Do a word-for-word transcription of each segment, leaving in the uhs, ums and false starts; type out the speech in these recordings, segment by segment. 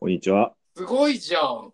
んにちは。 すごいじゃん。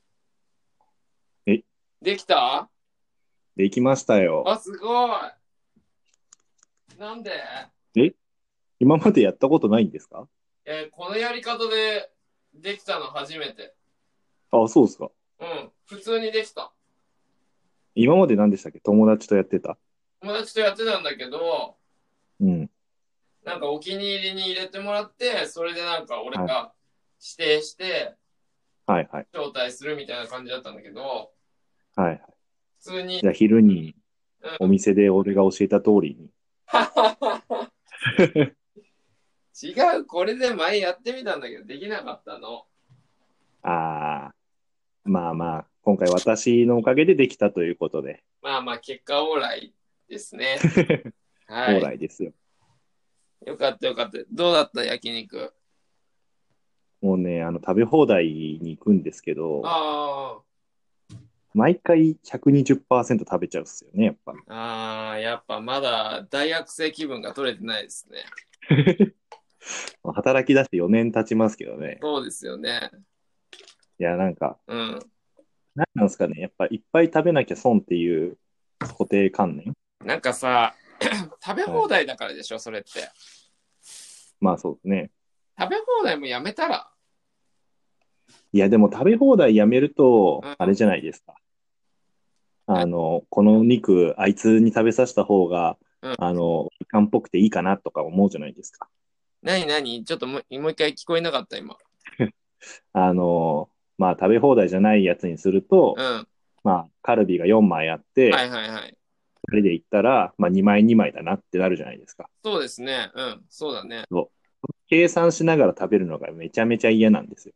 え、 できた？ できましたよ。 あ、すごい。なんで？ え、今までやったことないんですか？ えーこのやり方でできたの初めて。 あ、そうですか。 うん。普通にできた。 今まで何でしたっけ？友達とやってた。 友達とやってたんだけど、 うん。 なんかお気に入りに入れてもらって、それでなんか俺はい。 が指定してはいはい。 招待するみたいな感じだったんだけど、 はいはい。 普通に、 じゃあ昼におうん。 店で俺が教えた通りに。 違う、これで前やってみたんだけど、できなかったの。 ああ、まあまあ、今回私のおかげでできたということで。 まあまあ、結果オーライですね。はオーい。 ライですよ。 よかったよかった。どうだった焼肉？ もうね、あの、食べ放題に行くんですけど、 あ毎回ひゃくにじゅっパーセント食べちゃうっすよね、やっぱ。 あ、ああ、やっぱまだ大学生気分が取れてないですね。 働き出してよねん経ちますけどね。 そうですよね。 いや、なんか、 うん。 なんなんですかね。やっぱいっぱい食べなきゃ損っていう固定観念。 なんかさ、食べはい。 放題だからでしょ、それって。 まあそうですね。 食べ放題もやめたら。 いや、でも食べ放題やめると、 うん。 あれじゃないですか。 な、 あの、この肉、あいつに食べさせた方が、 うん。 あの、イカンっぽくていいかなとか思うじゃないですか。 なになにちょっともう、もう一回聞こえなかった、今。 あの、まあ食べ放題じゃないやつにすると、 うん。 まあカルビがよんまいあって、 はいはいはい。 ふたりで行ったら、まあにまいにまいだなってなるじゃないですか。 そうですね。うん。そうだね。 そう計算しながら食べるのがめちゃめちゃ嫌なんですよ。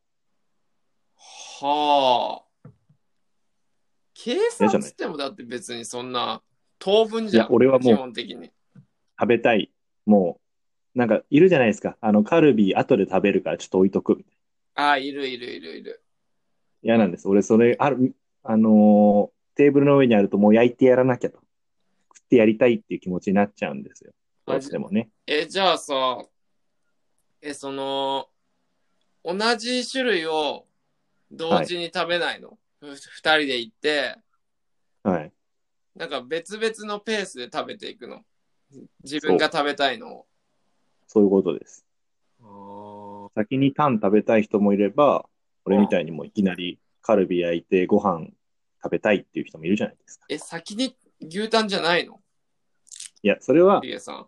はあ。計嫌じゃない？ 算つってもだって別にそんな当分いや、 じゃん。基俺はもう本的に。 食べたい。もう、なんかいるじゃないですか。あの、カルビ後で食べるからちょっと置いとくみたいな。 ああ、いるいるいるいる。 嫌なんです。俺、それ、ある、あのーテーブルの上にあるともう焼いてやらなきゃと。食ってやりたいっていう気持ちになっちゃうんですよ。どあ、じゃ、 うしてもね。 え、じゃあさ、え、その、同じ種類を同はい。 時に食べないの？ふ二人で行って、 はい。 なんか別々のペースで食べていくの？自分そう。 が食べたいのを。 そういうことです。 あ先にタン食べたい人もいれば、俺みあ。 たいにもういきなりカルビ焼いてご飯食べたいっていう人もいるじゃないですか。 え、先に牛タンじゃないの？ いや、それは、 ヒゲさ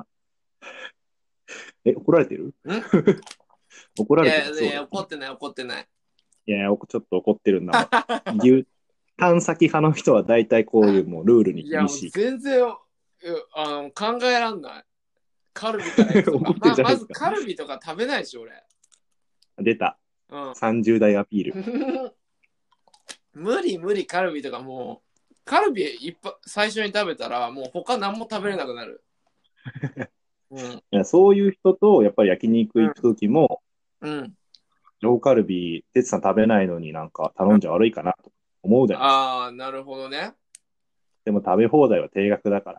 え、怒られてる？ ん。ん怒られていやいやいや、 ます俺。 怒ってない怒ってない。 いやいや、ちょっと怒ってるんだもん。牛、探先派の人は大体こういうもうルールにいや、もう厳しいか全然、うあの、考えらんない。カルビから行くら。 とか。 怒ってるま、 じゃないですか。 まずカルビとか食べないでしょ、俺。 出た。 うん。 さんじゅう代アピール。 無理無理、カルビとかもう、カルビいっぱ最初に食べたら、もう他何も食べれなくなる。うん。 いや、そういう人と、やっぱり焼肉行くうん。 ときも、 うん。 上カルビ、哲さん食べないのになんか頼んじゃ悪いかなと思うじゃないですか。 ああ、なるほどね。 でも食べ放題は定額だから。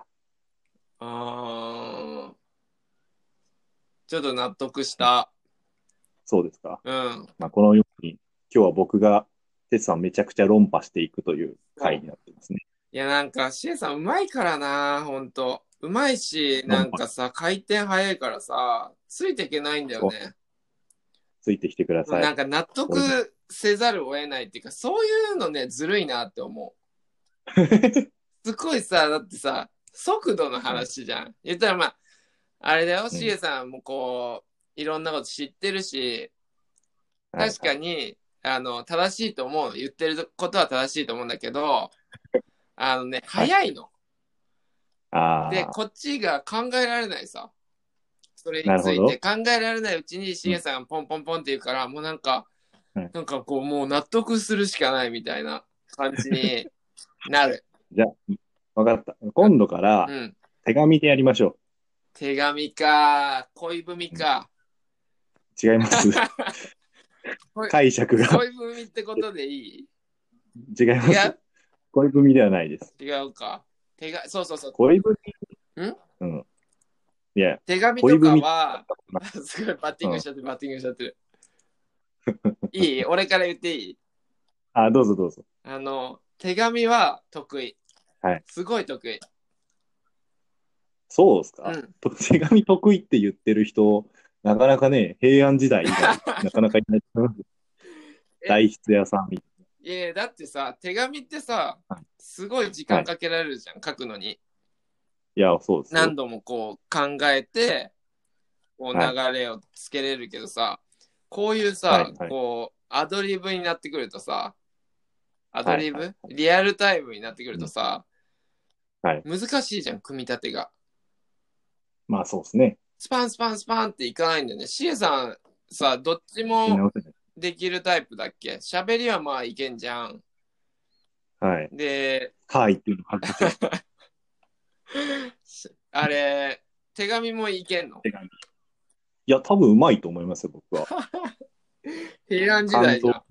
ああ、ちょっと納得した。 そうですか。 うん。 まあ、このように、今日は僕が哲さんめちゃくちゃ論破していくという回になってますね。 いや、なんか、シエさんうまいからな、ほんと。うまいし、な論破、 んかさ、回転早いからさ、ついていけないんだよそう、 ね。 ついてきてください。 もうなんか納俺も。 得せざるを得ないっていうか、そういうのね、ずるいなって思う。すごいさ、だってさ、速度のはい。 話じゃん。言ったらまあ、あれだよ、 うん。 シエさんもこう、いろんなこと知ってるし、確はいはい。 かに、あの、正しいと思う。言ってることは正しいと思うんだけど、あのね、 はい。 早いの。で、 ああ、 こっちが考えられないさ。それについてなるほど。 考えられないうちに、シうん。 ゲさんがポンポンポンって言うから、もうなんか、 はい。 なんかこう、もう納得するしかないみたいな感じになる。 じゃあ、わかった。今度からうん。 手紙でやりましょ手紙か、恋文う。うん、 か。 違います。 恋解釈が恋文ってことでいい？ 違います。 違う？ 恋文ではないです。 違うか。手が、そうそうそう。 恋文、 んうん。いや、 手紙とか恋文、 は、すごいバッティうん。 ングしちゃってる、バッティングしちゃってる。 いい俺から言っていい？ あ、どうぞどうぞ。 あの、手紙は得意。 はい。 すごい得意。 そうですか？ うん。 と手紙得意って言ってる人、なかなかね、平安時代以外、なかなかいないと思います。 え、 大筆屋さんみたいいや、だってさ、手紙ってさ、 な。 すごい時はい。はい。 間かけられるじゃん、書くのに。 いや、そうですよ。 何度もこう考えて、こう流はい。 れをつけれるけどさ、こういうさ、 はい。はい。 こう、アドリブになってくるとさ、アドはい。はい。 リブリアルタイムになってくるうん。 とさ、 はい。 難しいじゃん、組み立てが。 まあ、そうですね。 スパンスパンスパンっていかないんだよね。シエさんさ、どっちも見直せない。 できるタイプだっけ？喋りはまあいけんじゃん。 はい。 で、 はいっていうの恥ずかしいです。 あれ、手紙もいけんの？ 手紙。いや、多分うまいと思いますよ、僕は。 平安時代じゃん。 感動。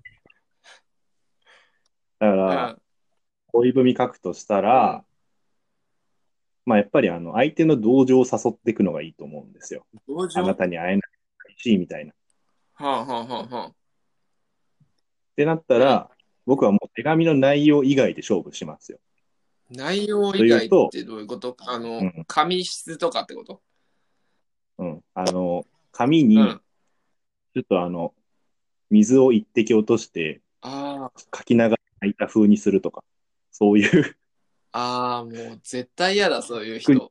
だから、 うん。 恋文書くとしたうん。 ら、まあ、やっぱりあの、相手の同情を誘っていくのがいいと思うんですよ。あな同情？ たに会えないし、みたいな。っはあはあはあはあ。 てなったうん。 ら、僕はもう手紙の内容以外で勝負しますよ。 内容と以外っいうと、 てどういうこと？あの、 うん、 紙質とかってこと？ うん、あの、紙に、 うん。 ちょっとあの、水を一滴落として、 あ書きながら泣いた風にするとか、そういうあ、ああ、もう絶対嫌だ、そういうテクニッ人。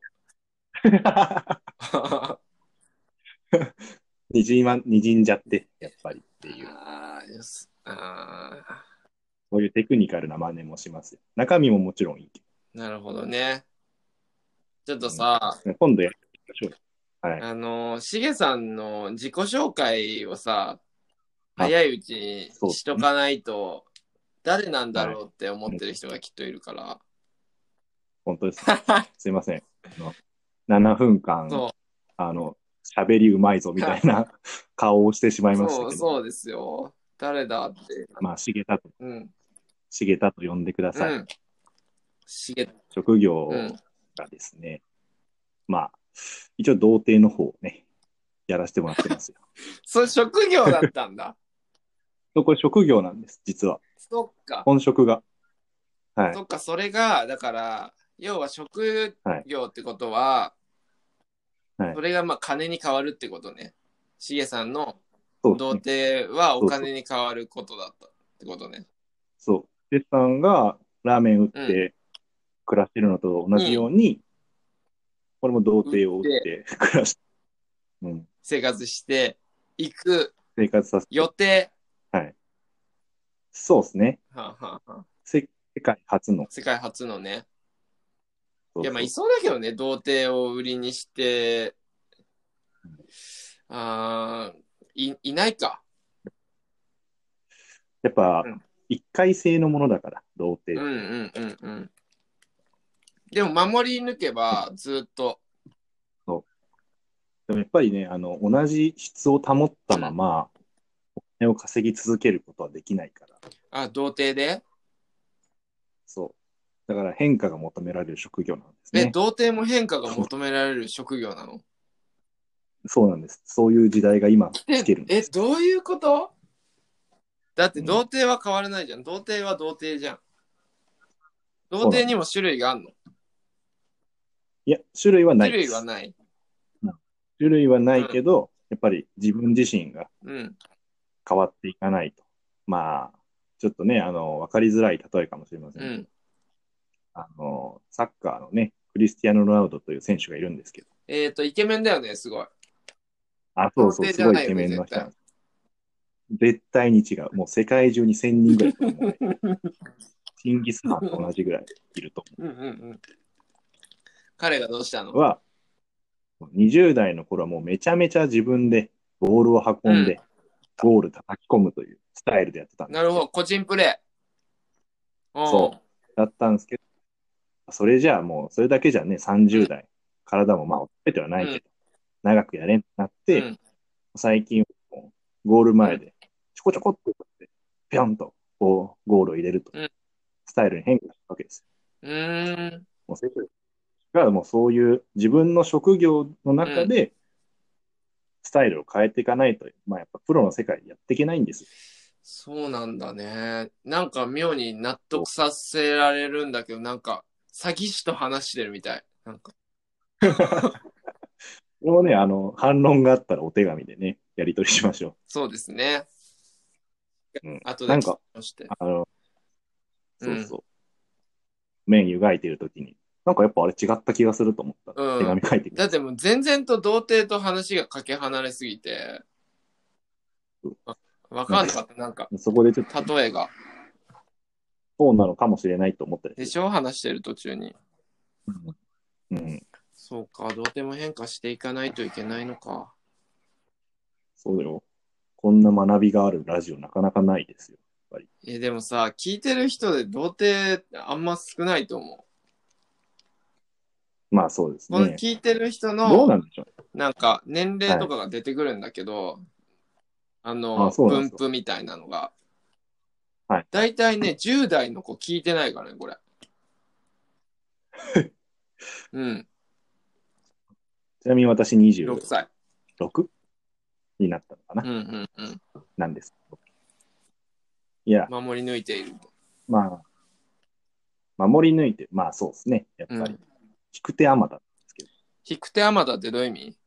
にじま、にじんじゃって、やっぱりっていう、 ああ、よし。ああ、 そういうテクニカルな真似もしますよ。中身ももちろんいいけなるほどね。ちょっとど、 さ、 うん、今度やってみましょうよ。はい。 あの、しげさんの自己紹介をさ、 あ、 早いうちにそうですね。 しとかないと、誰なんだはい。 ろうって思っもうてる人がきっといるから。 本当ですね。すいません。あの、ななふんかん、 そう。 あの、喋りうまいぞみたいな顔をしてしまいましたそう、 けども。 そうですよ。誰だって。 まあ、しげたと、 うん。 しげたと呼んでください。 うん。しげ、 職業うん。 がですね、まあ、一応童貞の方をね、やらせてもらってますよ。 それ職業だったんだ。 そうこれ職業なんです、実は。 そっか。 本職が。はい。 そっか、それが、だから、要は職はい。 業ってことは、 はい。 それがまあ金に変わるってことね。しげさんの童そうですね。 貞はおそうそう。 金に変わることだったってことね。 そう。テツさんがラーメン売っうん。 て暮らしてるのと同じよに、 うに、これも童売っ貞を売ってて暮らして、うん、 生活していく生活させて、 予定。 はい。そうですね。 はあ、はあはあ、 せ世界初の、 世界初のね。いや、まあ、いそうそう。 そうだけどね、童貞を売りにして、あーい、いないか。 やっぱ、 うん。 一回性のものだから、童貞うんうって。 んうんうん。でも、守り抜けば、ずっと。 そう。でもやっぱりね、あの、同じ質を保ったうん。 まま、お金を稼ぎ続けることはできないから。 あ、童貞で？ そう。だから変化が求められる職業なんですえ、 ね。 童貞も変化が求められる職業なの？ そうなんです。そういう時代が今来え、え、 てるんです。 どういうこと？だって童うん。 貞は変わらないじゃん。童貞は童貞じゃん。童そうなんです。 貞にも種類があるの？ いや、種類はな種いです。 類はない。 うん、種類はなうん。 いけど、やっぱり自分自身がうん。 変わっていかないと。まあ、ちょっとね、あの、わかりづらい例えかもしれませんけど、 うん。 あの、サッカーのね、クリスティアーノ・ロナウドという選手がいるんですけど、 えっと、イケメンだよね、すごい。 あ、そうそう、 童貞すごいイケじゃないよね、絶対。 メンの人なんです。絶対に違う。もう世界中にせんにんぐらい子供がいる。チンギス・ハーンと同じぐらいいるとうんうんうん。彼がどうしたの？ は、にじゅう代の頃はもうめちゃめちゃ自分でボールをうん。 運んで、ゴール叩き込むというスタイルでやってたんですよ。 なるほど、個人プレー。うん。 そう。だったんですけど、それじゃあもう、それだけじゃね、 うん。 さんじゅう代、体もまあ、べてはなうん。 いけど、長くやれんなって、 うん。 最近、ゴールうん。 前で、ちょこちょこっとって、ぴょんと、こう、ゴールを入れるといううん。 スタイルに変化したわけですよ。 うーん。 もう選手がもうそういう自分の職業のうん。 中でスタイルを変えていかないと、まあやっぱプロの世界でやっていけないんですよ。 そうなんだね。なんか妙に納得させられるんだけど、なんか詐欺師と話してるみたい。なんか。 これもね、あの、反論があったらお手紙でね、やり取りしましょそうですね。 う。うん。 後で聞きなんか、 まして。 あの、 うん。 そうそう、麺湯がいてるときに、なんかやっぱあれ違った気がすると思ったら、手うん。 紙書いてくれて。 だってもう全然と童貞と話がかけ離れすぎて、わわなんか、 かんなかった。なんか、 そこでちょっと、 例えが。 そうなのかもしれないと思ったりする。 でしょ話してる途中に。 うん。うん。 そうか、童貞も変化していかないといけないのか。 そうだよ。こんな学びがあるラジオなかなかないですよ。やっぱり。 え、でもさ、聞いてる人で童貞あんま少ないと思う。 まあそうですこのね。 聞いてる人の、 どうなんでしょなんか、年う。はい。 齢とかが出てくるんだけど、ああ、 の、 そうなんですか。 分布みたいなのが。 はい。 だいたいね、じゅう代の子聞いてないからね、これ。うん、 ちなみに私 6 にじゅうろく歳。 になったのかなうんうんうん。 なんです。いや、 守り抜いている。 まあ、守り抜いて、まあそうですね。やっぱり。 うん。 引く手あまたんですけど。 引く手あまたってどういう意味？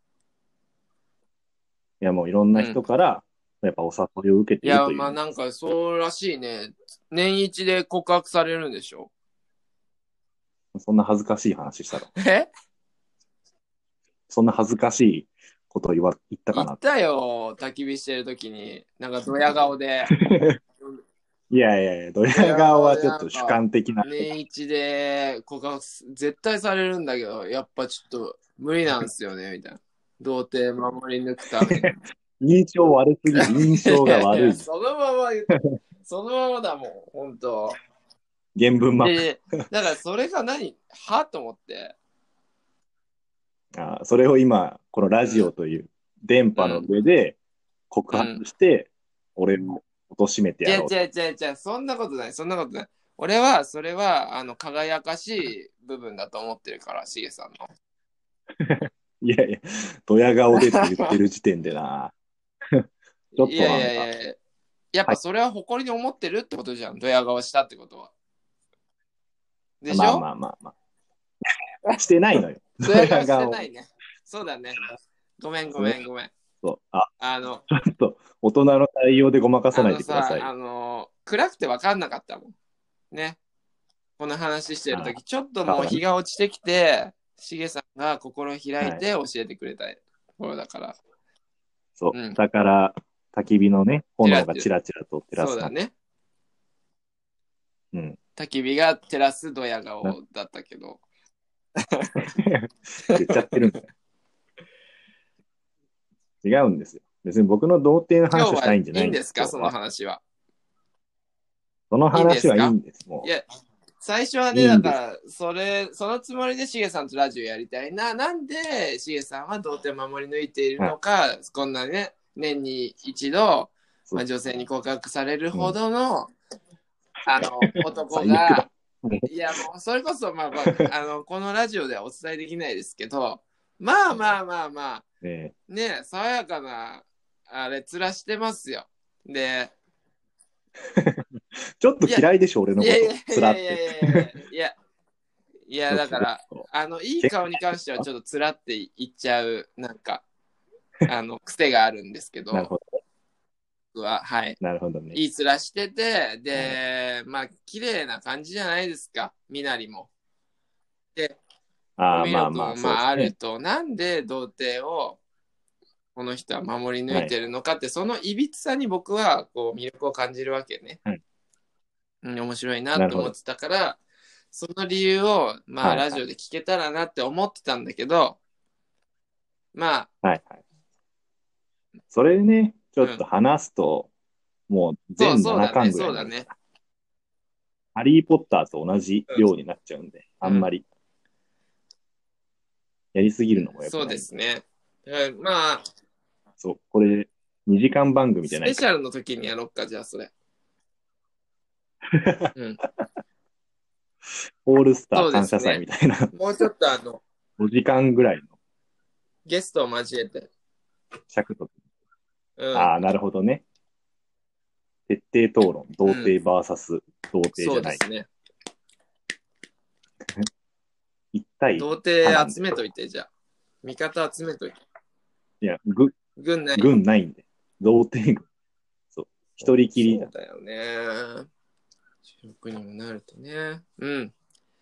いや、もういろんなうん。 人から、やっぱお誘いを受けているいや、 という意味です。 まあなんかそうらしいね。年一で告白されるんでしょ？ そんな恥ずかしい話したら、 えそんな恥ずかしいことを言わ、言ったかな。 言ったよ、焚き火してる時に。なんかドヤ顔で。 いやいやいや、ドヤドヤ顔顔ではちょっと主なんか、 観的な。 年一で告白す絶対されるんだけど、やっぱちょっと無理なんですよね、みたいな。童貞守り抜くために。 印象悪すぎる。印象いやいや、 が悪い。 そのまま言う、そのままだもん、ほんと。 原文まで、だからそれが何はと思って。 あ、それを今、このラジオうん、 という電波のうん、 上で告うん。 白して、俺を貶めて違う違やろうと。 う違う違う、そんなことない、そんなことない。俺は、それは、あの、輝かしい部分だと思ってるから、しげさんの。 いやいや、ドヤ顔でって言ってる時点でな。ちょっいやいとなんか、 やいやいや、やっはい。 ぱそれは誇りに思ってるってことじゃん、ドヤ顔したってことは。でしまあょ？ まあまあまあ。してないのよ。ドドヤ顔してヤ顔。 ないね。そうだね。ごめんごね。 めんごめん。 そう。あ、 あの、 ちょっと大人の対応でごまかさあないのさ、 でくださいよ。 あの、暗くて分かんなかったもん。ね。この話してるとあき、ちょっとあ、顔がね。 もう日が落ちてきて、しげさんが心を開いはい。 て教えてくれたところだから。 そう。 うん。 下から焚き火のね、炎がチラチラ。 チラチラと照らす中。 そうだね。 うん。 焚き火が照らすドヤな顔だったけど。 言っちゃってるんだよ。違うんですよ。別に僕の童貞の話をし今日はいたいんじゃないんです、 いんですか、その今日は。 話は。 そのいいんで話はいいすか？ んです。もいや、最初はう、いね、 いんです。 だから、それ、そのつもりでしげさんとラジオやりたいな。なんで、しげさんは童貞を守り抜いているはい。 のか、こんなね、年に一度、まあ、 そう。 女性に告白されるほうん。 どの、あの、男最悪だ。 が、 もいや、もう、それこそ、まあ、まあ、あの、このラジオではお伝えできないですけど、まあまあまあまあ、 う、ねね、爽やかな、あれ、面してますよ。で、 ちょっといや、 嫌いでしょ、俺のいやいやこと。 いやいやつらって。 いやいや、いや、 ちょっと、ちょっだから、 と。 あの、いいけ顔に関してはちょっとつらって言っちゃう、なんか、あの、癖があるんですけど、 なるほど。 僕は、はい。 なるほどね。 いい面してて、 はい。 で、まあ、綺麗な感じじゃないですか、みなりも。で、コああ、 ミュ力もまあまあ、そうまあですね。 あると、なんで童貞をこの人は守り抜いてはい。 るのかって、そのいびつさに僕はこう魅力を感じるわけね。 はい。 うん、面白いなっなるほど。 て思ってたから、その理由をまあはいはい。 ラジオで聞けたらなって思ってたんだけど、まあ、 はいはい。それでね、ちょっとうん。 話すと、もうそう全7 そうだね、 巻ぐらいそうだね。 になるから、ハリー・ポッターと同じうん。 量になっちゃうんで、あうん。 んまりやりすぎるのも良くそうないんで。 ですね。だからまあ、 そう、これにじかん番組じゃないから。 スペシャルの時にやろっか、じゃあそれ。うん。 オールスターそうで感謝祭すね。 みたいなもうちょっとあの、 ごじかんぐらいのゲストを交えて。 尺と。 うん。 ああ、なるほどね。 徹底討論、童貞 ブイエス 童貞じそゃない。 うですね。 一対童貞集めといて、じゃあ。味方集めといて。 いや、ぐ軍ない。 軍ないんで。童貞軍。そう。一人きりだ。 そうだよね。じゅうろくにんもなるとね。うん。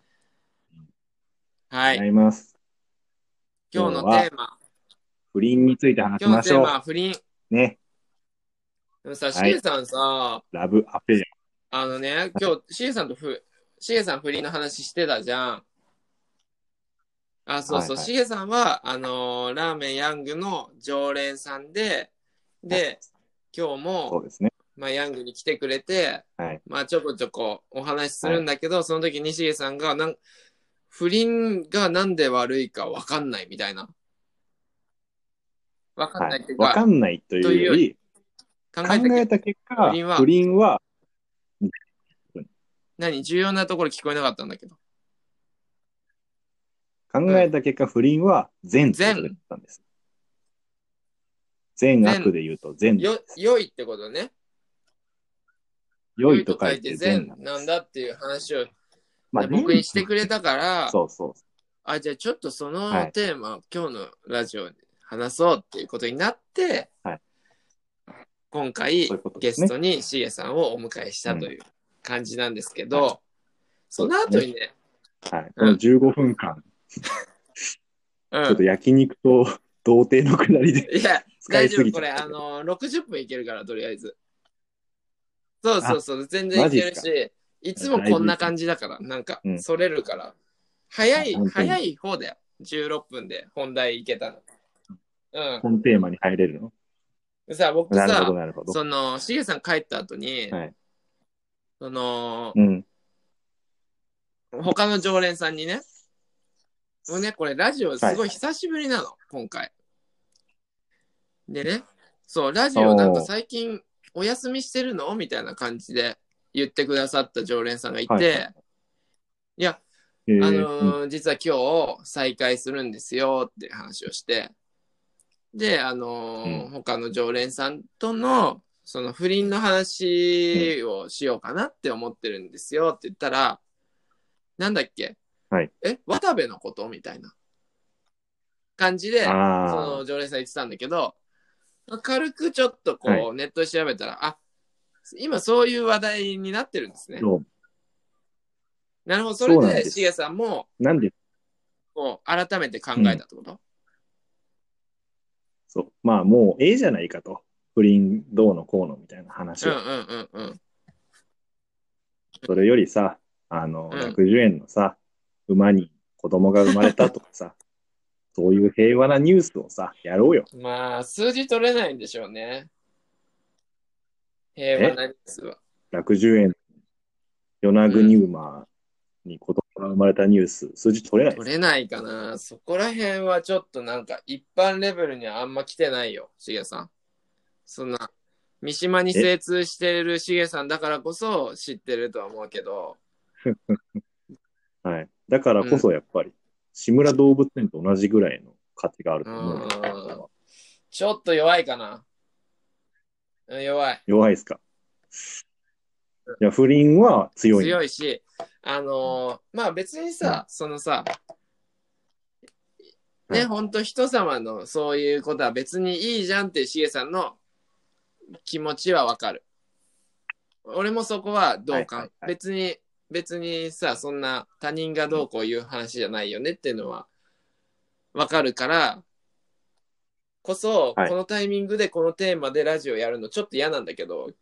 はい。 違います。 今日のテーマ。 不倫について話し今日のテーましょう。 マは不倫。 ね。 でもさ、しはいげさんさ、 ラブアフェあのね、今日、しげさんとふ、しげさん不倫の話してたじゃん。あ、そうそう、 はいはいしげさんは、あのーラーメンヤングの常連さんで、で、今日ア。そもう、ですね。 まあ、ヤングに来てくれて、 はい。 まあ、ちょこちょこお話しするんだけど、その時にしげさんがなん、不倫がなんで悪いか分かんないみたいな。分かんはいないっていう。か、 わかんないというより、 考考えた結えた結果、 不倫は不倫は、 何重要なところ聞こえなかったんだけど。 考えた結果、不倫は善ってことだったんです。善悪で言うと善でよ、良いってことね。 良いと書いて善善なんだっていう話を、 まあ、 僕にしてくれたから、 そうそう。 あ、じゃあちょっとそのはいテーマを今日のラジオで話そうっていうことになって、 はい今回そういうことゲですねストにしげさんをお迎えしたという感じなんですけど、 はいその後にね、 はい。このじゅうごふんかん、 うん、 ちょっと焼肉と童貞のくだりでいや、 使い大丈夫、これ、 すぎちゃったあの、ろくじゅっぷんいけるから、とりあえず。そうそうそう、全然いけるマジし、いつもこんな感じだから、なんかう、んそれるから。早いあ本、当に早い方だよ。じゅうろっぷんで本題いけたの。う本テーマに入れるのん。さ、僕なるほど、 さ、 なるほど。 その、しげさん帰った後に、 はい。 その、 うん。 他の常連さんにね、もうね、これラジオすごい久しぶりなの、今回。でね、そう、ラジオなんか最近お休みしてるのみたいな感じで言ってくださった常連さんがいて、 はいいや、 えーあのー実は今日再開するんですよって話をして、で、あのーうん他の常連さんとのその不倫の話をしようかなって思ってるんですよって言ったら、なんだっけ、 はい、 え、渡部のことみたいな感じで、そあの常連さん言ってたんだけど、軽くちょっとこう、 はいネットで調べたら、あ、今そういう話題になってるんですねあ、。そうなるほど、それそうなんでですしげさんもなんで、 こう改めて考えたってこと、 そう。まあ、もうええじゃないかと。不倫どうのこうのみたいな話うん、 は。 うんうんうんそれよりさ、あの、 うんひゃくじゅうえんのさ、馬に子供が生まれたとかさ、そういう平和なニュースをさ、やろうよ。 まあ数字取れないんでしょうね。平和なニュースは。 ひゃくじゅうえん、与那国馬に子供が生まれたニュース、数字取れないです。 取れないかな。そこら辺はちょっとなんか一般レベルにはあんま来てないよ、しげさん。そんな三島に精通してるしげさんだからこそ知ってるとは思うけど。 はい。だからこそやっぱり、志村動物園と同じぐらいの価値があると思うよ。 うんちょっと弱いかな。うん弱い。 弱いですか。いや、不倫は強い。 強いし、あのーまあ別にさ、そのさ、ね、 はいほんと人様のそういうことは別にいいじゃんっていうしげさんの気持ちはわかる。俺もそこは同感。 はいはいはい別に、別にさ、そんな他人がどうこういう話じゃないよねっていうのはわかるから、こそ、 はいこのタイミングでこのテーマでラジオやるのちょっと嫌なんだけど、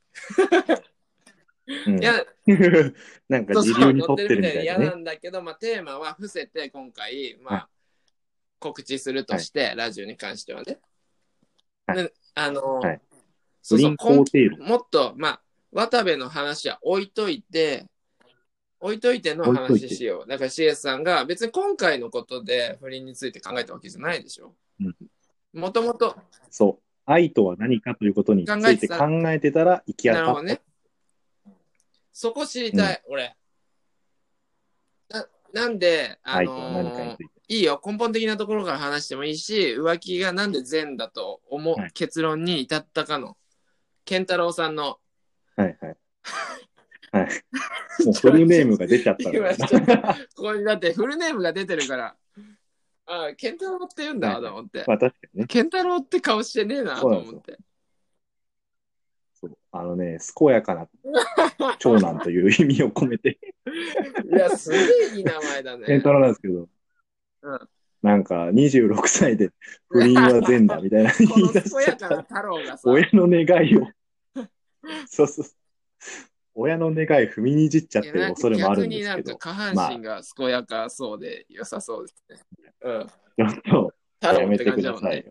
うんいや、 なんかそうそう自流に沿ってるみたいなね乗ってるみたいで嫌な。んだけど、まあ、テーマは伏せて今回、まあはい告知するとして、ラジオに関してはね。 はいであの、 はいそうそう、 不倫肯定論もっと、まあ、渡部の話は置いといて、置いといての置いといて話しよう。だから、シエスさんが別に今回のことで不倫について考えたわけじゃないでしょ。もともと、 そう。愛とは何かということについて考えてたら行き当たった。 なるほどね。そこ知りたい、うん、俺な。なんで、あのー、 愛とは何かについて。 いいよ、根本的なところから話してもいいし、浮気がなんで善だと思う、はい、結論に至ったかの、健太郎さんのはいはい。はい。もうフルネームが出ちゃった今のちょっと、ここにだってフルネームが出てるから、ああ、ケンタロウって言うんだはいはい。 と思って。 まあ確かにね。 ケンタロウって顔してねえなそうなんですよ。 と思って。 そう。あのね、健やかな長男という意味を込めていや、すげえいい名前だね。 ケンタロウなんですけど、 うん。 なんかにじゅうろくさいで不倫は善だみたいな言このい出し健ちゃったら、 やかな太郎がさ、 親の願いを、そうそう、親の願い踏みにじっちゃってるいやなんか恐れもある逆になんかんですけど、 下半まあ、 身が健やかそうで良さそうですね。うん。 ちょっと太郎ってやめてく感じだもんね。 ださいよ。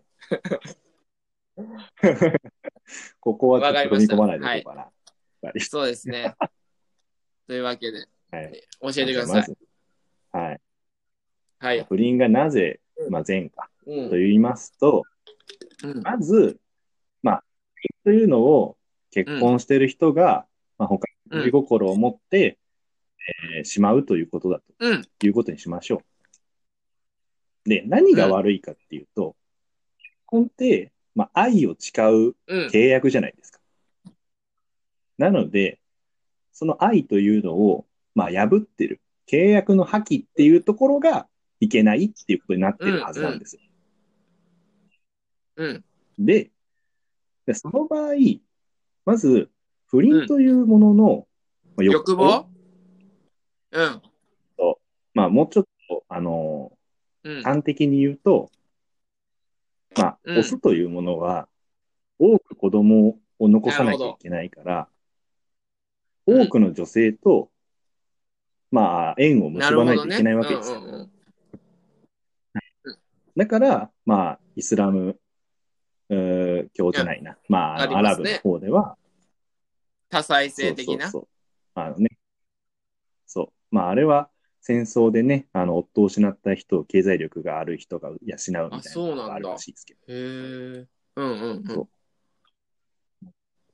ここはちょわっとかりました。 踏み込まないでおはい。 こうかな。やっぱり。 そうですね。というわけで、 はい。 教えまあ、 てください。 じゃあまず、はい。 はい。 不倫がなぜ、まあ、善かうん。 と言いますと、 うん。 まず、まあ、というのを結うん。 婚している人が、まあ、他に恋うん。 心を持って、えーしまうということだうん。 ということにしましょう。で、何うん。 が悪いかっていうと、結婚って、まあ、愛を誓ううん。 契約じゃないですか。なので、その愛というのを、まあ、破ってる。契約の破棄っていうところがいけないっていうことになってるうん。うん。 はずなんですよ。 うん。 で、でその場合、まず、不倫うん。 というもののまあ欲望欲望。うん。 と、まあ、もうちょっと、あの、 うん。 端的に言うと、まあ、 うん。 オスというものは、多く子供を残さなるほど。 なきゃいけないから、 うん。 多くの女性と、まあ、縁をな結ばないといけるほどね。 ないわけですよ。 うんうんうん。うん。 だから、まあ、イスラムうー教いや、 じゃないな。まあ、あありの、アラブのますね。 方では、 多妻そう制的な。 そうそう。あのね、そう。まあ、あれは戦争でね、あの、夫を失った人を経済力がある人が養うみあ、 たいなそうことがあなんだ。 るらしいですけど。 へえ。うんうんうん。 そう。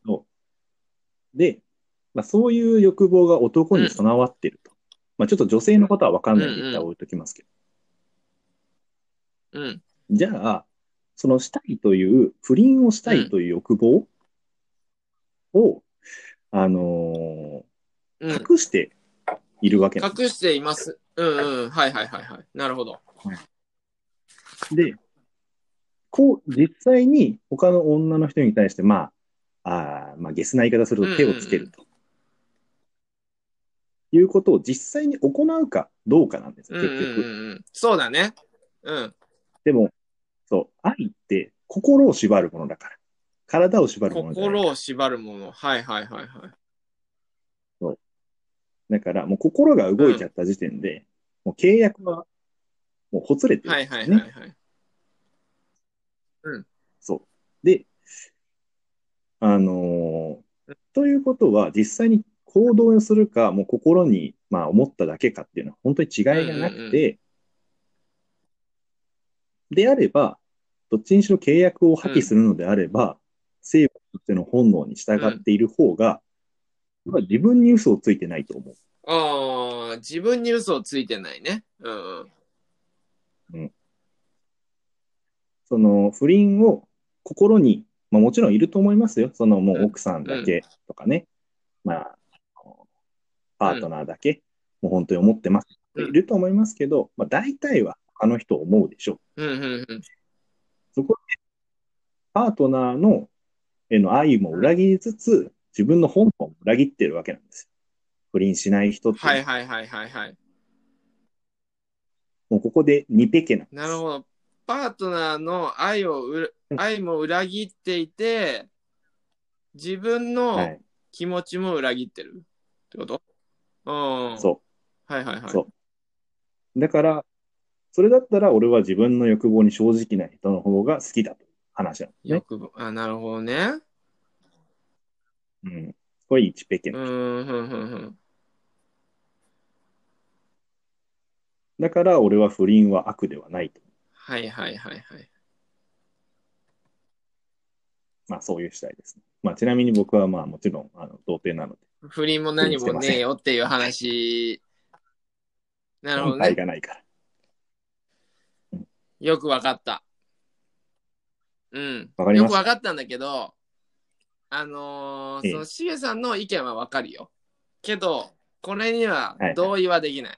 そうで、まあ、そういう欲望が男うん。 に備わっていると。まあ、ちょっと女性のことは分かんうんないんで一旦うん。 置いときますけど。 うん。 じゃあ、そのしたいという、不倫をしたうん。 いという欲望を、あのうん。 ー隠しているわけなんです。 隠しています。うんうん。はいはいはいはい。なるほど。 はい。で、こう、実際に他の女の人に対して、まあ、あーまあ、ゲスな言い方するうんうんと手をつけるということを実際に行うかどうかなんですよ、 うん。うんうん結局。 うんうん。そうだね。うん。 でも、そう、愛って心を縛るものだから。体を縛るものじゃないから。 心を縛るもの。はいはいはいはい。 そう。だから、もう心がうん。 動いちゃった時点で、もう契約はもうほつれてるはいはいんですよね。 はいはい。うん。 そう。で、あのーということは、実際に行動をするか、もう心に、まあ、思っただけかっていうのは本当に違うんうんいがなくうん。 て、であれば、どっちにしろ契約を破棄うん。 するのであれば、生物としての本能に従うん。 っている方が、まあ自分に嘘をついてないと思ああ、自分に嘘をついてないね。うんうん。 う。うん、その不倫を心に、まあ、もちろんいると思いますよ。そのもう奥さんうん。 だけとかね、まあ、パートうん。 ナーだけ、もう本当に思ってますってうん。 いると思いますけど、まあ、大体は他の人を思うでしょう。 うん。うん。うん。 そこでパートナーのへの愛も裏切りつつ、自分の本能も裏切ってるわけなんですよ。不倫しない人っていうのは。 はいはいはいはいはい。 もうここでにペケなんです。 なるほど。パートナーの愛をう、愛も裏切っていて、自分のはい。 気持ちも裏切ってるってこと？うん。はそいはいう。 はい。 そう。だから、それだったら俺は自分の欲望に正直な人の方が好きだという話なんですね。 欲望。あ、なるほどね。 うん。これいちペケの人。 うん、ふんふんふん。 だから俺は不倫は悪ではないと。 はいはいはいはい。 まあそういう次第ですね。まあちなみに僕はまあもちろんあの童貞なので不倫も不倫何もねえしてません。 よっていう話。なるほどね。 愛がないから。うん、 よくわかった。うん。 わかりました。 よくわかったんだけど、 あのー、 ええ、 そのしげさんの意見はわかるよ。けど、これにははいはい。 同意はできない。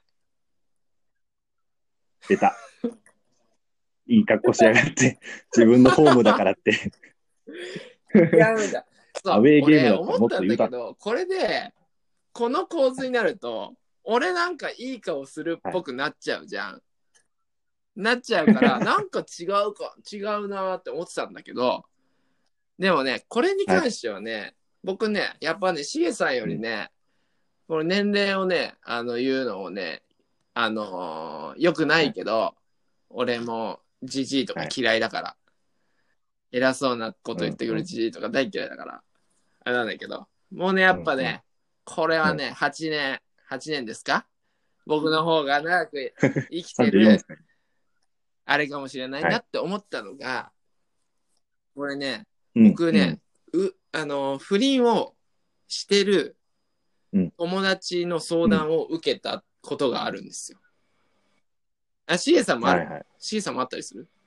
出た。いい格好しやがって。自分のホームだからって。 違うんだ。そう、 アウェーゲーム俺だったら思ったんもっと言うだろ。 だけど、これで、この構図になると、俺なんかいい顔するっはい。 ぽくなっちゃうじゃん。なっちゃうから、なんか違うか、違うなーって思ってたんだけど、でもね、これにはい。 関してはね、僕ね、やっぱね、しげさんようん。 りね、この年齢をね、あの、言うのをね、あのー、よくなはい。 いけど、俺もじじいとかはい。 嫌いだから、偉そうなこと言ってくるうんうん。 じじいとか大嫌いだから、あれなんだけど、もうね、やうんうん。 っぱね、これははい。 ね、はちねん、はちねんですか、僕の方が長く生きてさんじゅうよんでる、 すかね。 あれかもしれないはい。 なって思ったのが、これね、 うん、 僕ね、 うん、 う、あの、不倫をしてるうん、 友達の相うん。 談を受けたことがあるんですよ。あ、シエさんもある？ はいはい。 シエさんもあったりする？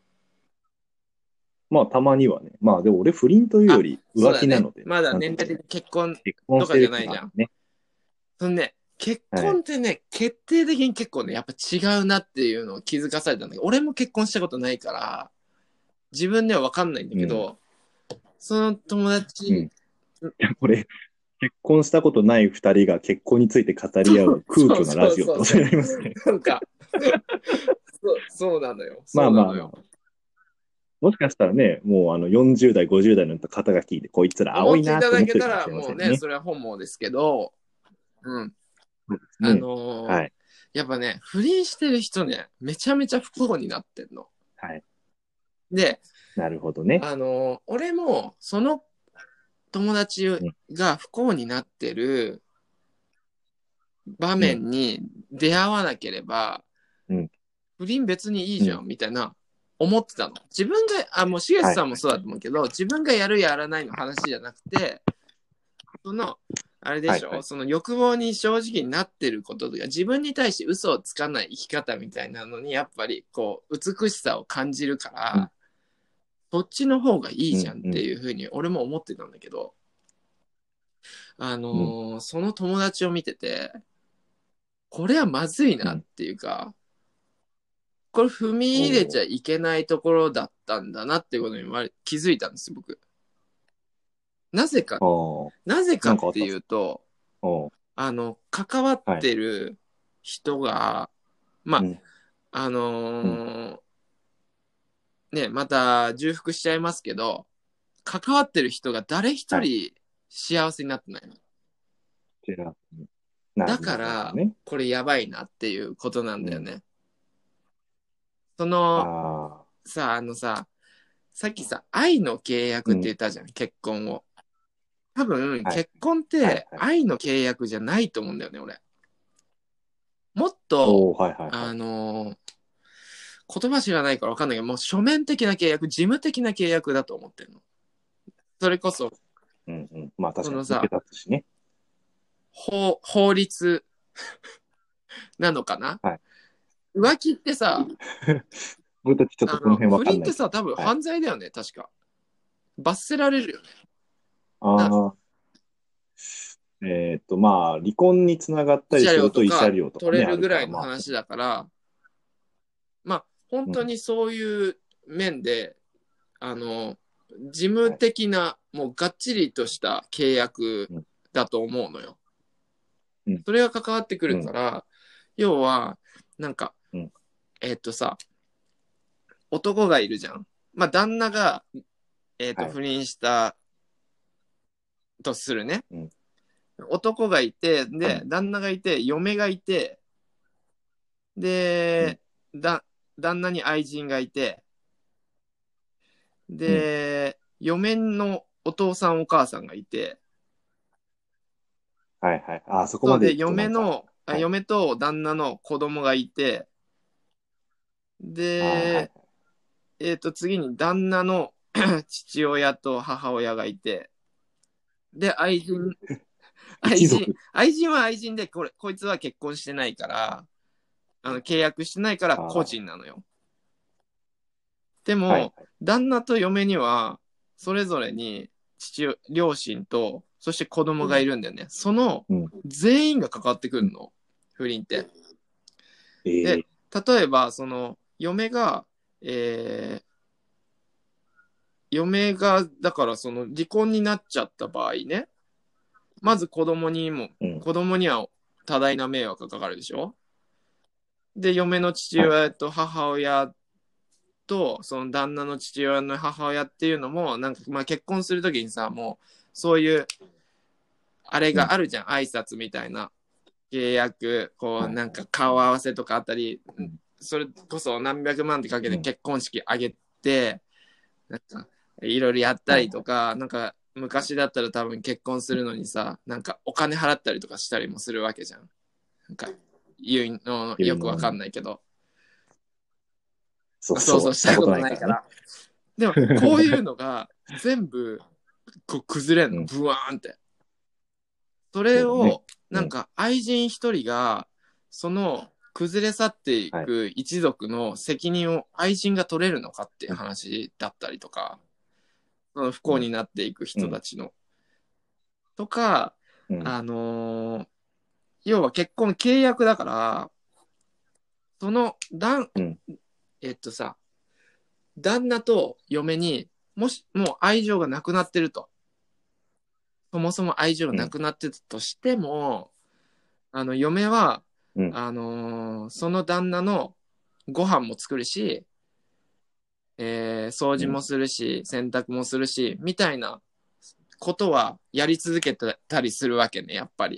まあ、たまにはね。まあ、でも俺不倫というよあ、 り浮そうだね。 気なので、 まだ年齢的なんとも言えない。 に結婚結婚とかじしてるってゃないじゃん。 のはね。 そのね、結はい。 婚ってね、決定的に結構ね、やっぱ違うなっていうのを気づかされたんだけど、俺も結婚したことないから、自分では分かんないんだうん、 けど、その友うん。い達、 や、これ、結婚したことない二人が結婚について語り合そうう空そう虚なラそうジオってことにそうそう。 なりますね。 なんか、そうそうなのよ。 まあそうなのよ。 まあまあ。もしかしたらね、もうあのよんじゅう代、ごじゅう代の方が聞いて、こいつら青いな思っていたと思ってるかもしだけたら、もうね、 れませんね。 それは本望ですけど、うん。 そうですあね。 のーはい。 やっぱね、不倫してる人ね、めちゃめちゃ不幸になってんの。 はい。 で、 なるほどね。 あのー俺も、その友達うん、 が不幸になってる場うん、 面に出会わなければ、 うん、 不倫別にいいうん。 じゃん、みたいな、思ってたの。自分が、あ、もう、しげはい。 さんもそうだと思うけど、自分がやるやらないの話じゃなくて、その、あれではい、はしょ、 い。 その欲望に正直になってることとか、自分に対して嘘をつかない生き方みたいなのに、やっぱり、こう、美しさを感じるかうん、 ら、そっちの方がいいうん、 じゃんっうん、 ていうふうに、俺も思ってたんだけど、あうん、 のーその友達を見てて、これはまずいうん。 なっていうか、これ踏み入れちゃおー。 いけないところだったんだなっていうことに気づいたんですよ、僕。なぜか、 ああ、 なぜかってなんかあったんですいうと、 か？おー。 あの、関わっはい。 てる人が、まうん、 あ、あうん。 のーね、また重複しちゃいますけど、関わってる人が誰一はい。 人幸せになってないの。 じゃあ、な、 だなから、 るほどね。 これやばいなっていうことなんうん。 だよね。その、 ああ、 さ、あのさ、さっきさ、愛の契約ってうん。 言ったじゃん、結婚を。多分、 はい。 結婚っはい、 てはい。 愛の契約じゃないと思うんだよね、俺。もっと、 おー、はい、はい、はあい。 のー言葉知らないから分かんないけど、もう書面的な契約、事務的な契約だと思ってるの。それこそ、 うん、うん。まあ確かに受そのさ、 け立つしね。 法、法律なのかな。 はい。 浮気ってさ、 僕たちちょっとあの、 その辺わ不倫ってさ、 かんないけど。 多分はい。 犯罪だよね、確か。罰せられるよね。な、 ああ、えっと、まあ、離婚につながった慰謝りすると慰謝料とか料とかね、 取れるあるから、 ぐらいのまあ、 話だから、まあ、本うん。 当にそういう面で、あの、事務はい。 的な、もうがっちりとした契約うん、 だと思うのよ。 うん、 それが関わってくうん、 るから、要は、なんか、 うん。 えっとさ、男がいるじゃん。まあ、旦那が、えっと、 はい。 不倫したとするね。 うん、 男がいて、で、 うん、 旦那がいて、嫁がいて、 うん、 で、だ、旦那に愛人がいて、 うん。 で、嫁のお父さんお母さんがいて、 はい、はい。ああ、そこそうで、 まで行くとなんか、 嫁の、あはい。 嫁と旦那の子供がいて、 ああ、はい。 で、えっと、次に旦那の父親と母親がいて、で、愛人、愛人、 一族。 愛人は愛人で、これ、こいつは結婚してないから、あの、契約してないから個ああ、 人なのよ。ではい、 も、 はい。 旦那と嫁には、それぞれに父両親とそして子供がいるんだよね、うん、そのうん、 全員が関わってくるの、不倫って、 えー、 で例えばその嫁が、えー、嫁がだからその離婚になっちゃった場合ね、まず子供にも、うん、子供には多大な迷惑がかかるでしょ。で嫁の父親と母親とその旦那の父親の母親っていうのもなんかまあ結婚するときにさ、もうそういうあれがあるじゃん、うん、挨拶みたいな契約、こうなんか顔合わせとかあったり、うん、それこそ何百万ってかけて結婚式あげて、うん、なんかいろいろやったりとか、うん、なんか昔だったら多分結婚するのにさ、なんかお金払ったりとかしたりもするわけじゃん。なんか言うのよくわかんないけど、 そうそう、 そうそうしたことないから。でもこういうのが全部こう崩れんの、ブワーンって。それをなんか愛人一人がその崩れ去っていく一族の責任を愛人が取れるのかっていう話だったりとか、その不幸になっていく人たちの、とか、あのー、要は結婚契約だから、その旦、えっとさ、旦那と嫁にもしもう愛情がなくなってると、そもそも愛情がなくなってたとしても、うん、あの嫁は、うん、あのー、その旦那のご飯も作るし、えー、掃除もするし、うん、洗濯もするしみたいなことはやり続けたりするわけね、やっぱり。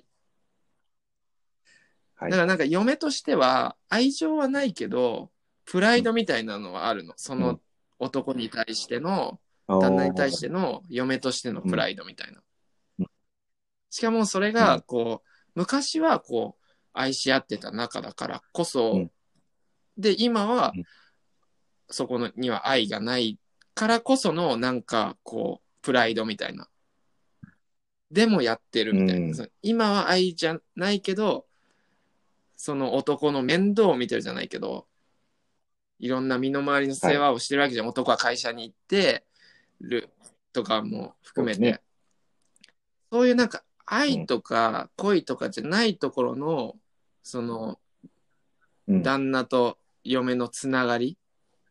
だからなんか嫁としては愛情はないけどプライドみたいなのはあるの、うん、その男に対しての、旦那に対しての嫁としてのプライドみたいな、うん、しかもそれがこう昔はこう愛し合ってた仲だからこそ、うん、で今はそこには愛がないからこそのなんかこうプライドみたいな、でもやってるみたいな、うん、今は愛じゃないけどその男の面倒を見てるじゃないけど、いろんな身の回りの世話をしてるわけじゃん、はい、男は会社に行ってるとかも含めて、そうね、そういうなんか愛とか恋とかじゃないところの、うん、その、旦那と嫁のつながり、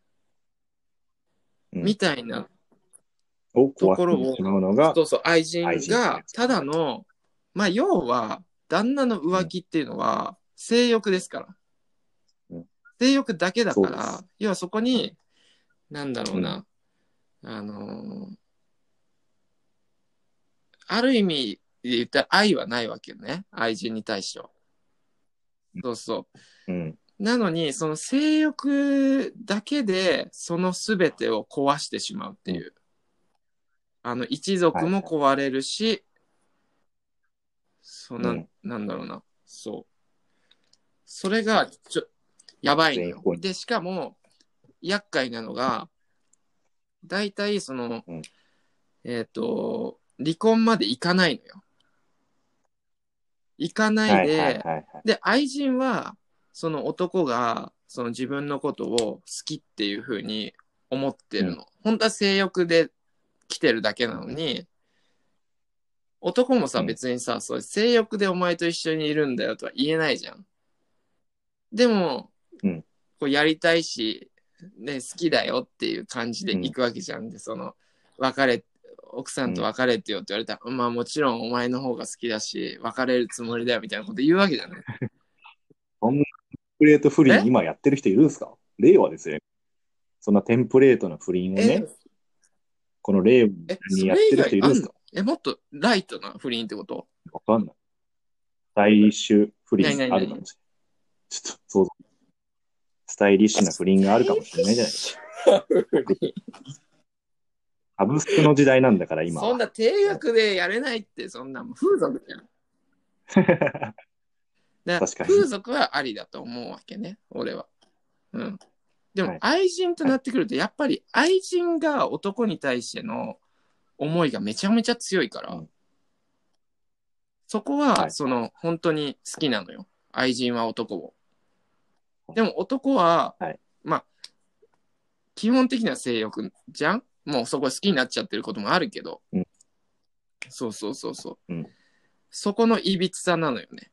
うん、みたいなところを、そうそう、愛人がただの、まあ要は旦那の浮気っていうのは性欲ですから、うん、性欲だけだから、要はそこになんだろうな、うん、あのー、ある意味で言ったら愛はないわけよね、愛人に対しては。そうそう、うん、なのにその性欲だけでその全てを壊してしまうっていう、うん、あの一族も壊れるし、はい、そんな、うん、なんだろうな、そうそれがちょやばいのよ。でしかも厄介なのが大体その、うん、えっと離婚までいかないのよ。いかないで、はいはいはいはい、で愛人はその男がその自分のことを好きっていう風に思ってるの、うん、本当は性欲で来てるだけなのに、うん、男もさ、うん、別にさ、そう性欲でお前と一緒にいるんだよとは言えないじゃん。でも、うん、こうやりたいし、ね、好きだよっていう感じで行くわけじゃん。で、その別れ奥さんと別れてよって言われたら、うん、まあもちろんお前の方が好きだし別れるつもりだよみたいなこと言うわけじゃない。 そんなテンプレート不倫今やってる人いるんですか？令和ですよ。そんなテンプレートな不倫をね、この令和にやってる人いるんですか？ え、もっとライトな不倫ってこと？ わかんない。スタイリッシュ不倫あるかもしれない。ちょっとそうスタイリッシュな不倫があるかもしれないじゃないですか。サブスクの時代なんだから今は。 そんな定額でやれないって、そんな風俗じゃん。だ確かに風俗はありだと思うわけね、俺は。うん。でも愛人となってくると、やっぱり愛人が男に対しての思いがめちゃめちゃ強いから、うん、そこはその本当に好きなのよ、愛人は男を。でも男は、はい、まあ基本的には性欲じゃん。もうそこ好きになっちゃってることもあるけど、うん、 そうそうそうそう。 うん。 そこのいびつさなのよね。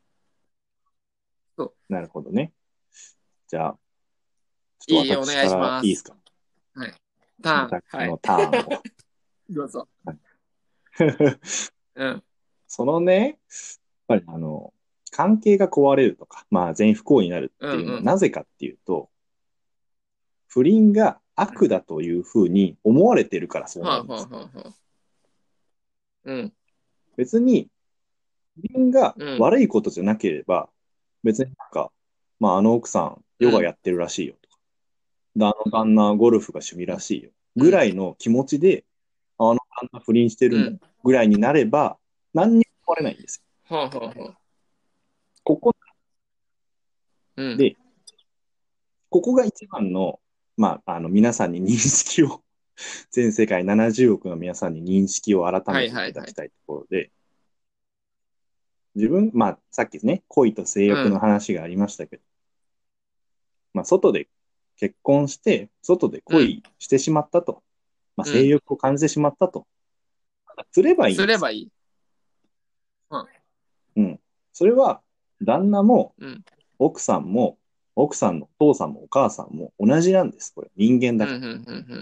そなるほどね。じゃあ、ちう。 ょっいいよ、お願いしと私からます。 いいですか？ はい。ターン。はい。 私のターンを。 どうぞ。 はい。 うん。 そのね、やっぱりあの、関係が壊れるとか、まあ全不幸になるっていうのはうんうん。 なぜかっていうと、不倫が悪だというふうに思われてるからそうなはあはあるんです。 はあはあ。うん。 別に、不倫がうん。 悪いことじゃなければ、別になんか、まああの奥さん、ヨガやうん。 ってるらしいよとか、であの旦那、ゴルフが趣味らしいよ、 うん。 ぐらいの気持ちで、あの旦那不倫してるんだ、 うん。 ぐらいになれば、何にも思われないんですよ。 はあはあはあ。 ここうん。 で、ここが一番の、まあ、あの、皆さんに認識を、全世界ななじゅうおくの皆さんに認識を改はめていいはいはい。 ただきたいところで、自分、まあ、さっきね、恋と性欲のうん。 話がありましたけど、まあ、外で結婚して、外でうん。 恋してしまったと。まあ、 うん。 性欲を感じてしまったと。すればいいんですよ。 すればいい。うん。 うん。それは、旦那も、 うん。 奥さんも、奥さんのお父さんもお母さんも同じなんです。これ、人間うん。うだから。 ん。うん。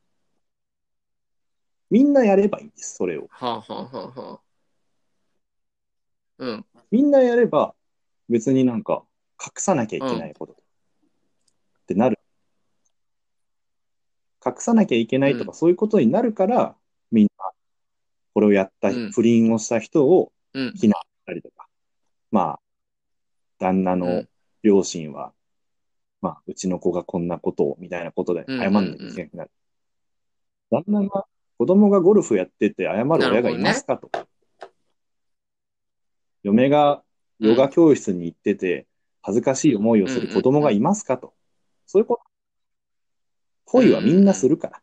みんなやればいいんです、それを。 はあはあはあはあ。うん。 みんなやれば、別になんか、隠さなきゃいうん。 けないことってなる。隠さなきゃいけなうん。 いとか、そういうことになるから、みんな、これをやった、 うん。 不倫をした人をうん。 非難したりとか、まあ、旦那のうん。 両親は、まあ、うちの子がこんなことを、みたいなことでうん。 謝んなきゃいうん。 けなくなる。旦那が、子供がゴルフやってて謝るなる親がほどね。 いますかと。嫁がヨガうん。 教室に行ってて、恥ずかしい思いをうん。 する子うん。うん。 供がいますかと。そういうこと、 うん。う恋はみんなすん。 るから。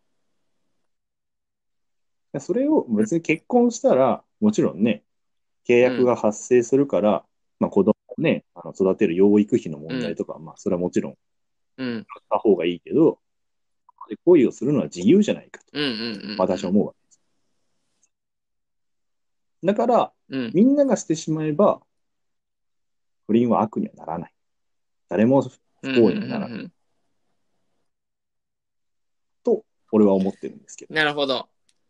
それを別に結婚したら、もちろんね、契うん。 約が発生するから、まあ、子供をね、あの育てる養育費のうん。 問題とか、まあ、それはもちろんうん。 した方がいいけど、恋をするのは自由じゃないかと、 うん。うん。 私は思うわけです。だから、 うん。 みんながしてしまえば、不倫は悪にはならない。誰も不うん。う幸にはならない。 ん。 と、俺は思ってるんですけど。 なるほど。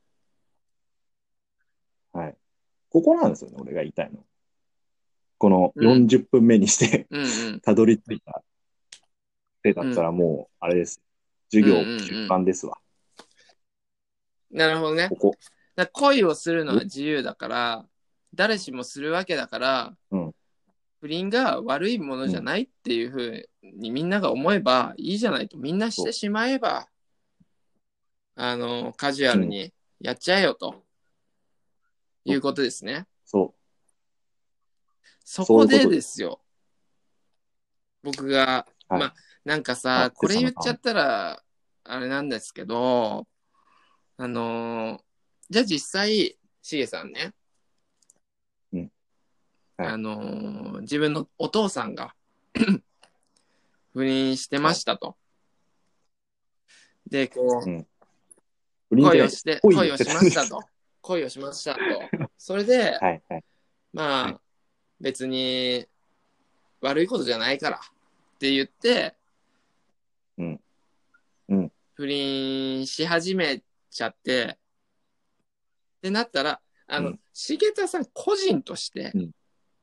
はい。ここなんですよね、俺が言いたいの。このうん。 よんじゅっぷんめにしてうん。うん。 たどり着いた手だうん。 ったらもう、あれです。授うん。 業出うん。 版ですわ。 なるほどね。 ここ。 だから恋をするのはお自由だから、誰しもするわけだから、 うん、 不倫が悪いものうん。 じゃないっていうふうにみんなが思えばいいじゃないと。みんなしそてしまえば、あの、カジュアう。うん。 ルにやっちゃえよとそう。 いうことですね。 そうそこでそういうことです。 ですよ。僕が、 はい。 まあ、なんかあ、 さ、こで、 れ佐野さん。 言っちゃったら、あれなんですけど、あのーじゃあ実際、しげさんね、 うん。はい。 あのー自分のお父さんが不倫してまはい。 したと。で、こう、 うん。不倫じゃないです。 恋をして、 恋をして恋をしたんです。 ましたと。恋をしましたと。それで、 はい。はい。はい。 まあ、別に悪いことじゃないからって言って、 うん。うん。 不倫し始めちゃって、ってなったら、あの、 うん。 重田さん個人として、 うん。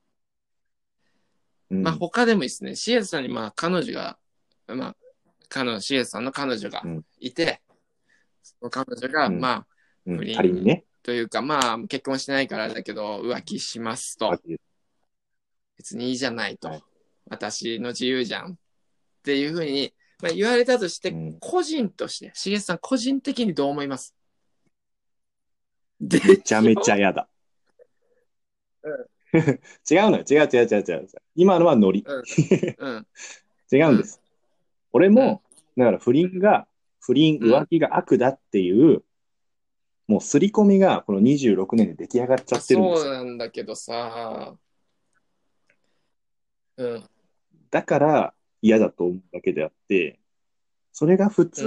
うまあん。 他でもいいですね。重田さんにまあ彼女が、まあ、彼女、重田さんの彼女がうん。 いて、その彼女がうん。 まあうん。 不倫仮にね。 というか、まあ結婚してないからだけど浮気しますと。 わけです。 別にいいじゃないと。 はい。 私の自由じゃんっていうふうに、まあ、言われたとして、 うん。 個人として、重さん個人的にどう思います？でめちゃめちゃしょ？ 嫌だ。 うん、 違うのよ。違う違う違う違う。今のはノリ。 うん、うん、うん、 違うんです。俺うん、 も、だから不倫が、不倫、 うん。 浮気が悪だっていう、もう刷り込みがこのにじゅうろくねんで出来上がっちゃあ、 ってるんですよ。 そうなんだけどさ、うん、 だから嫌だと思うだけであって、それが普うん、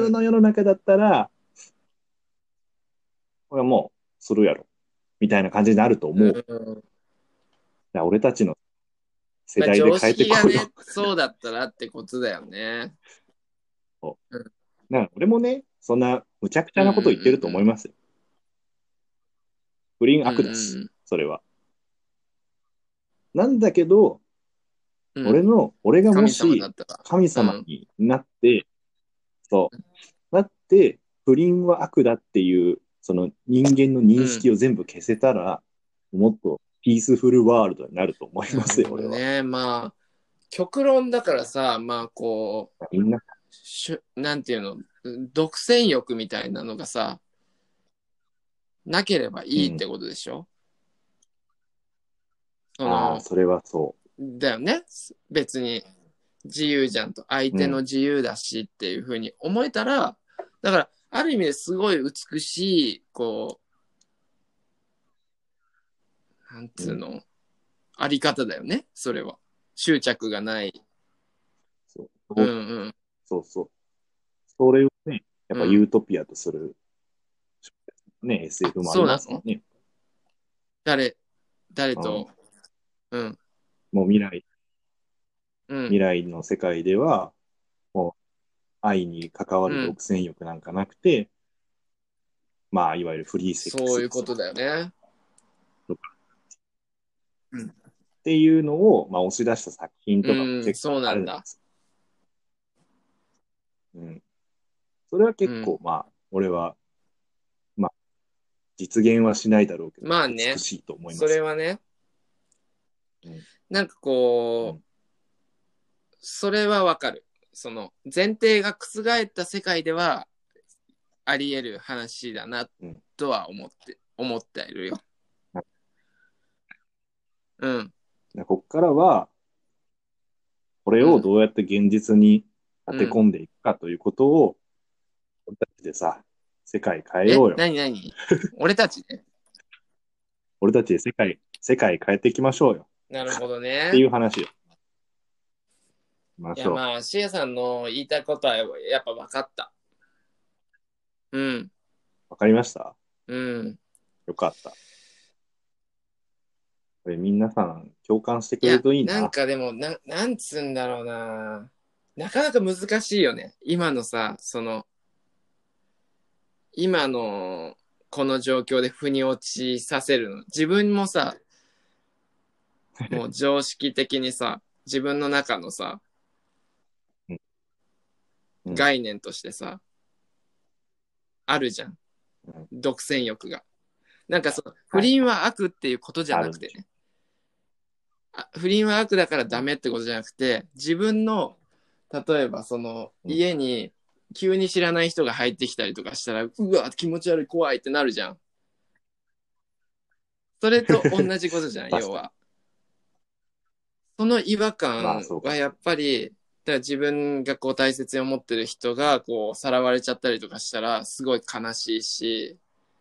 通の世の中だったら、これはもうするやろ。 みたいな感じになると思う。だかうん。 ら俺たちの世まあ、 代で常変えてこいよ。 識がね、そうだったらってことだよね。 そうん。 うだから俺もね、そんな無茶苦うんう茶なこと言ってるとんうん思いますよ。不倫うん。うん悪だし、 うんそれは。なんだけど、 うん。うん。 俺の、俺がも神様だしったら。 神うん。 様になって、そう、なって、不倫は悪だっていう、その人間の認うん。 識を全部消せたら、もっとピースフルワールドになると思いますよ、 なるほ俺は。 どね。まあ、極論だからさ、まあ、こう、 みんな、 しゅ、なんていうの、独占欲みたいなのがさ、なければうん。 いいってことでしょ？そああ、 の、 それはそだよね。別に自由じゃんと、相う。うん。 手の自由だしっていうふうに思えたら、だから、ある意味ですごい美しい、こう、なんうん。 つうの、あり方だよね、それは。執着がない。 そう。 うんそううん。 そうそう。それをね、やっうん。 ぱユートピアとする、ね、 あ、 エスエフ もありそうなの？ ますもんね。 誰、誰うん。 と、うん、 もう未来、 うん、 未来の世界では、もう愛に関わうん。 る独占欲なんかなくて、まあ、いわゆるフリーセックスですよ。 そういうことだよね。 とかうん、 っていうのを、まあ、押し出した作品とかもうん、 結構そうなんだ。 あるんですよ。うん。それはうん。 結構、まあ、俺は、まあ、実現はしないだろうけど、 まあね、 美しいと思いまそすよ。 れはね、 うん。 なんかこう、 うん。 それはわかる。その、前提が覆った世界では、あり得る話だな、 うん。 とは思って、思っているよ。うん、 こっからは、これうん、 をどうやって現実に当うん。 て込んでいくかということを、俺たちでさ、世界変えよえ、 うよ。 なになに？俺たちね。 俺たちで世界、世界変えていきましょうよ。 なるほどっていね。 う話をしまいや、 しょまあ、シエさんの言いたいことはやっぱ分かった。うん、 う。わかりました？ うん。 よかった。これ皆さん共感してくれるいや、 といいな。 なんかでも、な、なんつうんだろうな。なかなか難しいよね。今のさ、その、今のこの状況で腑に落ちさせるの。自分もさ、もう常識的にさ、自分の中のさ、 うん。うん。 概念としてさ、あるじゃん。 うん。 独占欲が。なんかその、不はい。 倫は悪っていうことじゃあるんでしょなくてね。あ、不倫は悪だからう。うん。 ダメってことじゃなくて、自分の、例えばその、 うん。 家に急に知らない人が入ってきたりとかしたら、うわ、気持ち悪い、怖いってなるじゃん。それと同じことじゃん、要確かに。 は。その違和まあ、 感はやっそうかもしれない。 ぱり、だから自分がこう大切に思ってる人がこうさらわれちゃったりとかしたらすごい悲しいし、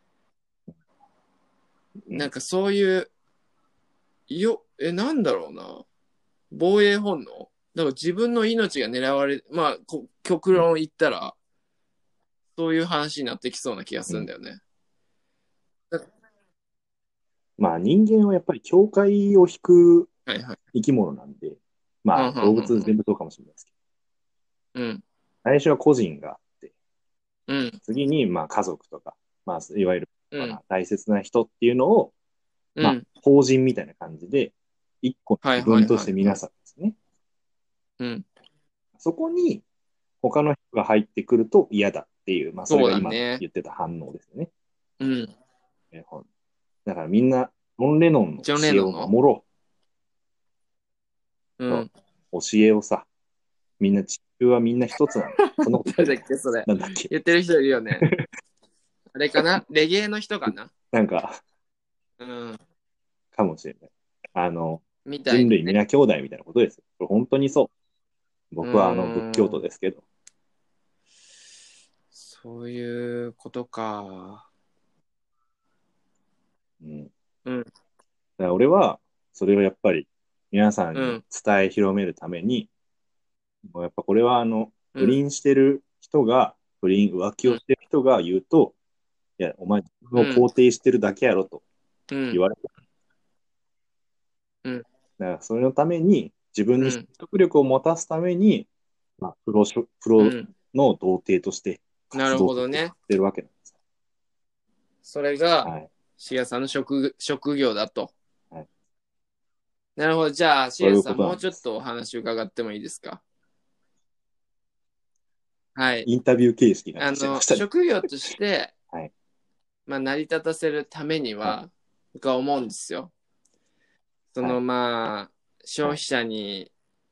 うん。 なんかそういう、よ、え、なんだろうな。防衛本能だから自分の命が狙われ、まあ、こ極うん。 論言ったら、そういう話になってきそうな気がすうん。 るんだよね。だまあ、人間はやっぱり境界を引くはいはい。 生き物なんで、 うん、 まあ、 うん、 動うん、 物全部そうかもしれないですけど、 うん。 最初は個人があって、 うん、 次に、まあ、家族とか、まあ、いわゆる、 うん、 かな、大切な人っていうのを、まあ、 うん。 法人みたいな感じで、一個の自はいはい分としてはいはい。 皆さんですね。 うん。 そこに他の人が入ってくると嫌だっていう、まあ、それそうが今のだね。 言ってた反応ですよね。 うん。 えーだからみんな、ノン・レノンのジョン・レ教えをノンの、 守ろうと。 うん。 教えをさ、みんな、地球はみんな一つなんだ。そんなこと言った誰っけ？ だっけそれ。 なんだっけ？ 言ってる人いるよね。あれかなレゲエの人かな？ なんか、 うん。 かもしれない。あの、 みたい人なね。 類皆兄弟みたいなことですよ。これ本当にそう。 う僕はあの仏教ーん。 徒ですけど。 そういうことか。 うん。だかうん。 ら俺は、それをやっぱり皆さんにうん。 伝え広めるために、もうやっぱこれはあの、 うん。 不倫してる人が、不倫、浮気うん。 をしてる人が言うと、いや、お前自分をうん。 肯定してるだけやろと。 うん言われた。 うんだからそれのために、自分に説得力を持たすために、まあ、プロしょ、プロうんの童貞としてなる活動ほどね。 するって言ってるわけなんです。 それが、 はい。 しげさんの職職業だと。 はい。 なるほど。じゃあ、しそういうげさん、 ことなんです。 もうちょっとお話伺ってもいいですか？はい。 インタビュー形式になってあの、 きちゃいましたね。 職業として、 はい。 まあ、成り立たせるためにはい。 は、僕は思うんですよ。その、 はい。 まあ、消費はい。 者に、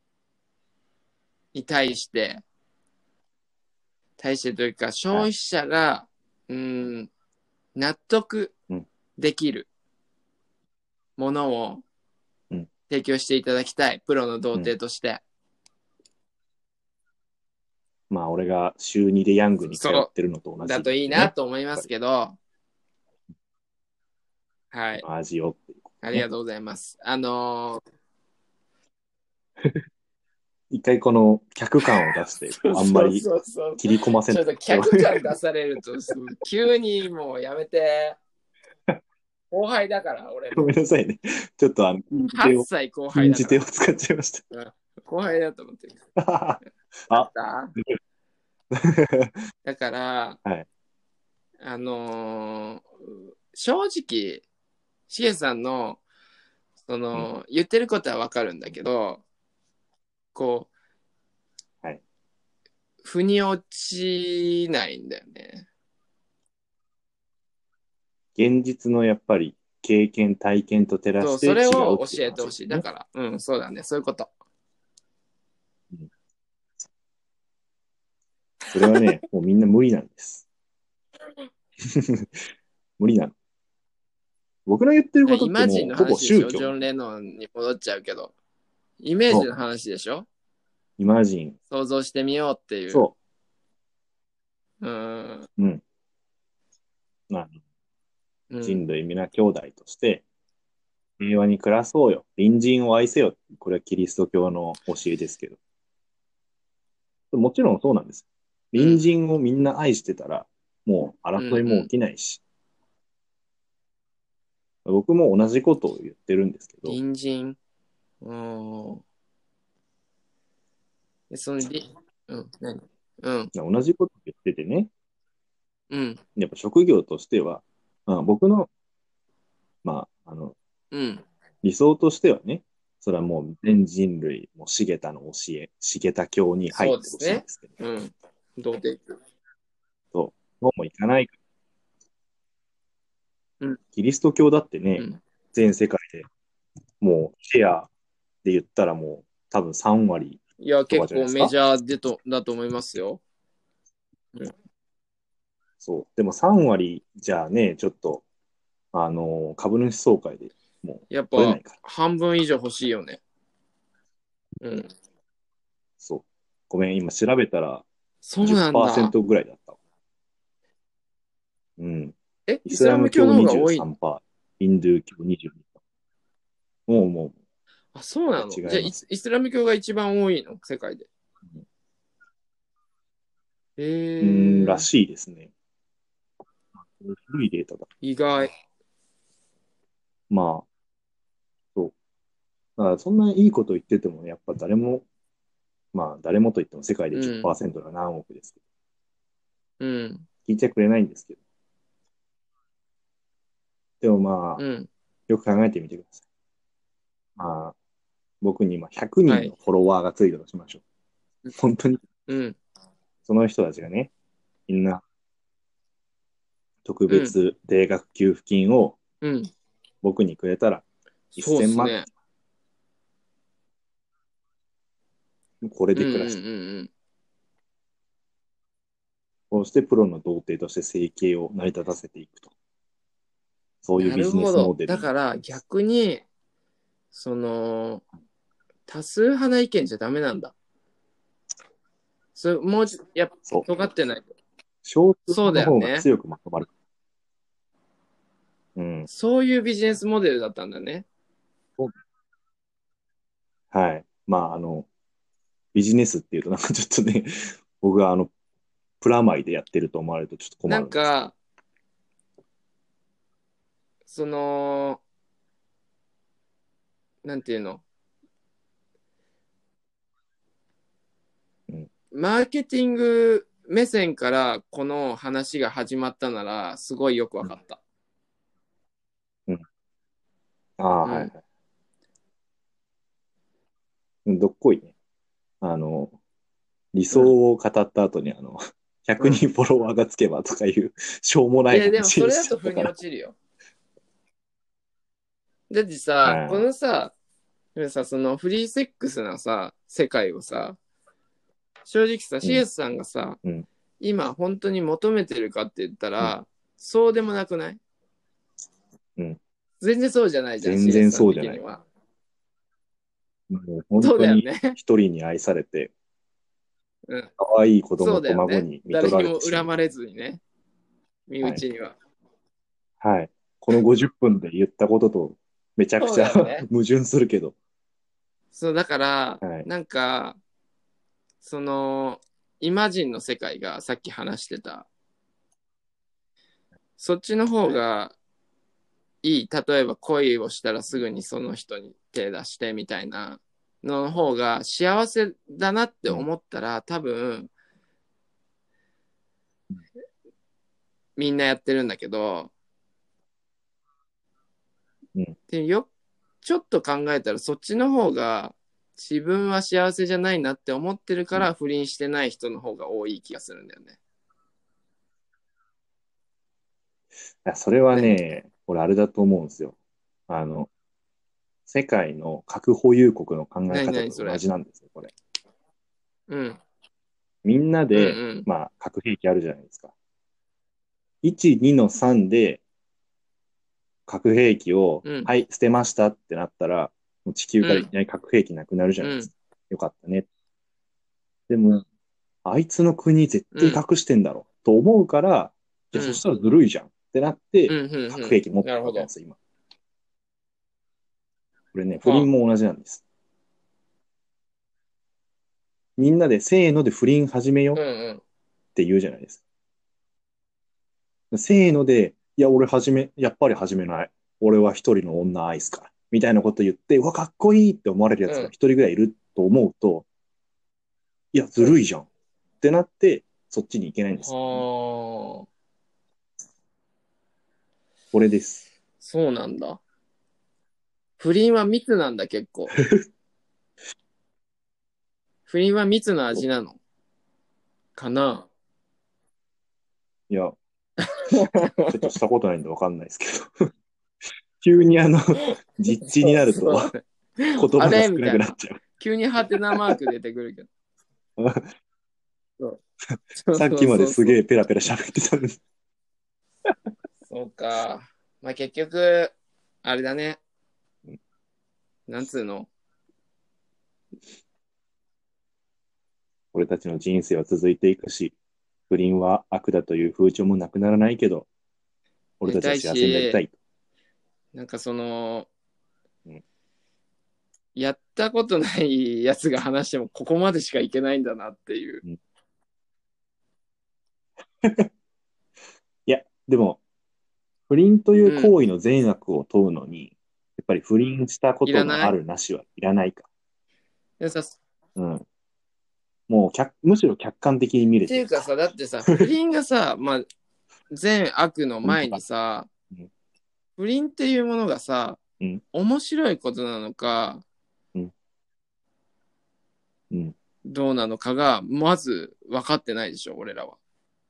に対して、対してというか、消はい。 費者が、うん、納得うん。 できるものをうん。 提供していただきたい。プロの童うん。 貞として。 まあ、俺が週にでヤングに通そってるのと同う、だじといいでね。 なと思いますやっぱり、 けど、はい。 この味をっていうことね。 ありがとうございます。あのー一回この客観を出して、 そうこう、あんまそうりそうそう。 切り込ませない。 ちょっと客観出されると、急にもうやめて。後輩だから、俺ごの。 めんなさいね。ちょっとあの、禁じ 8 手を、 歳後輩禁だから。 じ手を使っちゃいましうん後輩だと思ってる。 た。 あっあ、 ただから、 はい。 あのー正直、しげさんの、そうん。 の、言ってることはわかるんだけど、こはい。 う、腑に落ちないんだよね。 現実のやっぱり経験、体験と照らそう、 してそれを違うっていう教えてほしい。 話ですね。 だから、うん、そうだね、そういうこと。 うん。それはね、もうみんな無理なんです。無理なの。僕の言ってることってイマジンのもうほぼ話でしょ？ 宗教の、 ジョン・レノンに戻っちゃうけど。イメーそう、 ジの話でしょ？ イマジン、 想像してみようっていう。 そうん、 う、うん。まあ、 うん。 人類皆兄弟として平和に暮らそうよ。隣人を愛せよ。これはキリスト教の教えですけど。もちろんそうなんです。隣うん、 人をみんな愛してたら、もううん、 争いも起うん。 きないし、僕も同じことを言ってるんですけど、 隣人。うん。でそのり、うん、何うん、 同じことを言っててね、 うん、 やっぱ職業としては、まあ、僕の、まあ、あの、 うん。 理想としてはね、それはもう全人類、もう重田の教え、重田教に入ってほそうですね。 しいんですけど、 うん。童貞。 そう、そうもいかない。 うん、 キリスト教だってね、 うん。 全世界でもうシェアで言ったらもう多分さん割いや、 とか結構メジじゃないですか。 ャーでと、だと思いますよ。うん、 そう。でもさん割じゃあね、ちょっと、あの、株主総会でもうやっぱ、 取れないから。 半分以上欲しいよね。うん。 そう。ごめん、今調べたらそうなんだ。 じゅっパーセントぐらいだった。うん。 え、イスイスララム教の方ム教が多いの？ にじゅうさんパーセント、インドゥー教にじゅうにパーセント。もうもう、 あ、そうないの？じゃあイス、 や違います。 イスラム教が一番多いの世界で。へうん、らえ、 しいですね。古いデータだ。 意外。 まあ、そう。だからそんないいこと言っててもね、やっぱ誰も、まあ誰もと言っても世界でうん、 じゅっパーセントが何億ですけうん、 ど、聞いてくれないんですけど。でもまあ、 うん。 よく考えてみてください。まあ、僕に今ひゃくにんのはい。 フォロワーがついたとしましょう。本当に、 うん、 その人たちがね、みんな特うん、 別定額給付金をうん。 僕にくれたらそうっせんまん。 すね。 これうん、うん、 で暮らして。 うん、 そしてプロの童貞として生計を成り立たせていくと。そうん。なういうビジネるほど。 スモデルになだからっています。 逆に、その、多数派な意見じゃダメなんだ。それもうちょっと、やっぱ、 そう。 尖ってないと。 少数そう派の方がだよね。 強くまとまる。うん。 そういうビジネスモデルだったんだね。 はい。まあ、あの、ビジネスっていうとなんかちょっとね、僕があの、プラマイでやってると思われるとちょっと困なるんですけど。 んか、 その、なんていうの、 うん。 マーケティング目線からこの話が始まったなら、すごいよくわかった。 うん。ああ、 うん。 はいはい。うんどっこいね。あの、理想うん。 を語った後に、あの、 うん。 ひゃくにんフォロワーがつけばとかいう、しょうもないいや、でもそれだ話しちゃと腑にったから。 落ちるよ。だってさ、こあのさ、さ、そのフリーセックスなさ、世界をさ、正直さ、 うん、 シエスさんがさ、 うん、 今本当に求めてるかって言ったうん、 ら、そうでもなくない？ うん。 全然そうじゃないじゃん、 全然シーエス さんそうじゃない。 的には。 もう本そう当にだよね。 一人に愛されて、 うん。 可愛い子供とそうだよね。 孫に見取ら誰にもれて死ぬ。 恨まれずにね、身はい。 内には。 はい。このごじゅっぷんで言ったこととめちゃくそうちゃだよね。 矛盾するけど。 そう、だから、 はい。 なんか、その、イマジンの世界がさっき話してた、そっちの方はい。 がいい。例えば恋をしたらすぐにその人に手出してみたいなのの方が幸せだなってうん。 思ったら、多分みんなやってるんだけど、 うん。 でよ、ちょっと考えたらそっちの方が自分は幸せじゃないなって思ってるかうん。いら不倫してない人の方が多い気がするんだよね。 や、それはね。 ね、俺あれだと思うんですよ。あの、世界の核保有国の考えなにな方と同にそれ。 じなんですよ、これ。 うん。 みんなうんで、 うん。 まあ、核兵器あるじゃないですか。いち、にのさんで核兵器を、 うん。 はい、捨てましたってなったら、もう地球うん。 からいきなり核兵器なくなるじゃうん。 ないですか。よかったね。でも、あいつの国絶うん。 対隠してんだろと思うから、じゃあそしうん。 たらずるいじゃんってなって、 うん。うん。 核兵器持ってなるほど。 るわけなんですよ、今。これね、不倫はも同じなんです。みんなでせーので不倫始めよあ。ううっんうん。 て言うじゃないですか。せーので、いや、俺始め、やっぱり始めない。俺は一人の女愛すから。みたいなこと言って、うわ、かっこいいって思われるやつがうん。 一人ぐらいいると思うと、いや、ずうん。 るいじゃんってなって、そっちに行けないんですよ。 はあ。 これです。 そうなんだ。不倫は蜜なんだ、結構。不倫は蜜の味なのかな？ いや、ちょっとしたことないんでわかんないですけど。急にあの、実地にそうなるとそうね。あ言葉が少れみたいな。 なくなっちゃう。 急にハテナマーク出てくるけど。そうそうそうさっきまでそうそう。 すげえペラペラ喋ってたんです。 そうか。まあ結局、あれだね。なんつうの。 俺たちの人生は続いていくし、不倫は悪だという風潮もなくならないけど、俺やりたいたちは幸せになりたし、 い。 なんかその、 うん、 やったことないやつが話してもここまでしかいけないんだなっていう。 うん、いや、でも、不倫といううん。 行為の善悪を問うのに、やっぱり不倫したことのあいらない。 るなしはいらないか。 でさ、っうん。もう客、むしろ客観的に見れてるかていうかさ、だってさ、不倫がさ、まあ、善悪のら。本前当か。 にさ、 うん、 不倫っていうものがさ、 うん、 面白いことなのか、 うん、うん。 どうなのかが、まず分かってないでしょ、俺らは。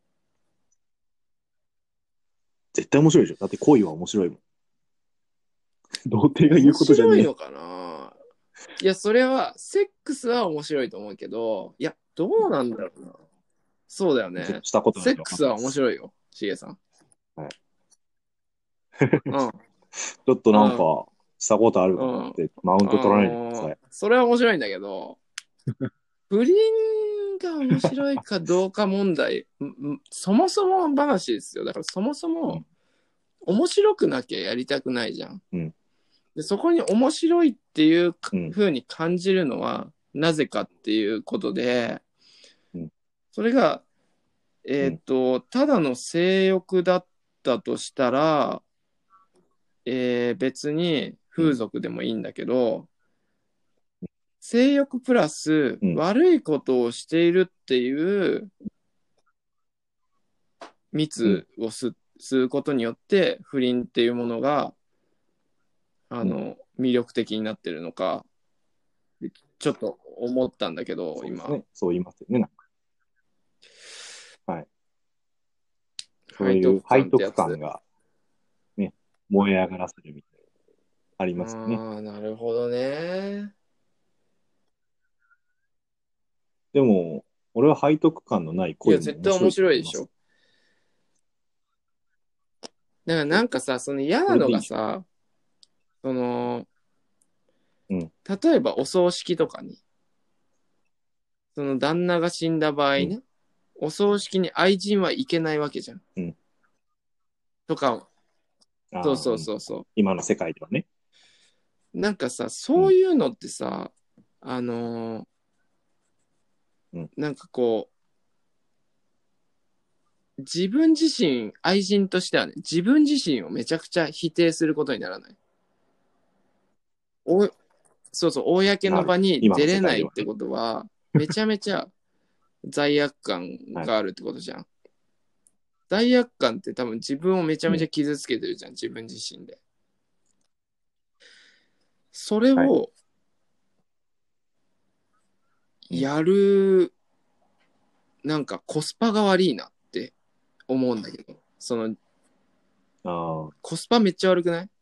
絶対面白いでしょ。だって恋は面白いもん。童貞が言う面ことじゃねえ。 白いのかないや、それは、セックスは面白いと思うけど、いや、どうなんだろうな。そうだよね。 ちょっとしたことないんでわセックスはかんないです。 面白いよ、しげさん。 はい。 うん、 ちょっとうん、 なんか、したことあるかもうん。 って、マウンあト取らないでくださのーい。 それは面白いんだけど、不倫が面白いかどうか問題、そもそも話ですよ。だからそもそもうん、 面白くなきゃやりたくないじゃん。 うん、 でそこに面白いっていううん、 風に感じるのはなぜかっていうことで、 うん、 それが、えっうん、 と、ただの性欲だったとしたら、 えー別に風俗でもいいんだけど、性欲プラスうん。 悪いことをしているっていううん。 密をすすることによって不倫っていうものがあうん。 の魅力的になってるのかちょっと思ったんだけど今。 そうですね。そう言いますよね。なんかはい。そういう背徳背徳感ってやつ。 感がね、燃え上がらせるみたいな、ありあますよね。 あ、なるほどね。 でも、俺は背徳感のないいや、 恋も絶対面面白いと思います。 白いでしょ。だからなんかさ、その嫌なのそれでいいでしょ。 がさ、その、 うん。 例えばお葬式とかに、その旦那が死んだ場合うん。 ね、お葬式に愛人は行けないわけじゃん。 うん。 とか、そうああ、 そううん。 そうそ今の世界ではね。 う。なんかさ、 うん。 そういうのってさ、あのーうん。 なんかこう、自分自身、愛人としてはね、自分自身をめちゃくちゃ否定することにならない。お、そうそう、公のなる。 場に今の世出れないって界ではね。 ことは、めちゃめちゃ罪悪感はい。 があるってことじゃん。罪悪感って多分自分をめちゃうん。 めちゃ傷つけてるじゃん、自分自身で。それはい。 をうん。 やる、なんかコスパが悪いなって思うんだけど、そのああ、 コスパめっちゃ悪くない？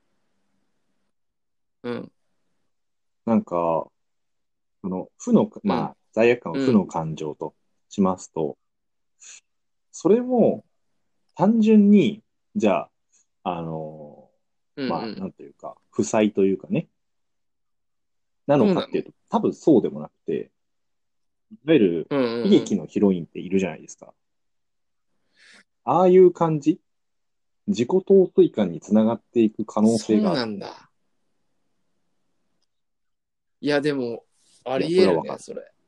うん、 なんか、その、負の、 うん、 まあ、罪悪感をうん、 負の感情としますと、それも単純に、じゃあ、あの、 うん、うまあ、なん。 んというか、負債というかね、なのそうなの？ かっていうと、多分そうでもなくて、いわゆるうん、うん、うん。 悲劇のヒロインっているじゃないですか。ああいう感じ、自己陶酔感につながっていく可能そう性がある。 なんだ。いや、でも、あいや、 りえるね、 それはわかる。 それ。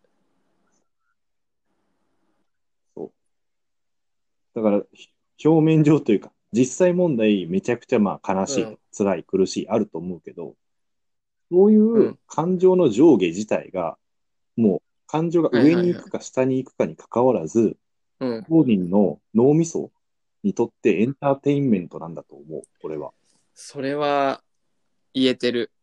そう。だから、ひ表面上というか、実際問題めちゃくちゃまあ悲しいと、 うん、 辛い、苦しい、あると思うけど、そういううん、 感情の上下自体が、もう感情がはい上にはいはい。 行くか下に行くかに関わらず、 うん。 当人の脳みそにとってエンターテインメントなんだと思う、これは。 それは言えてる。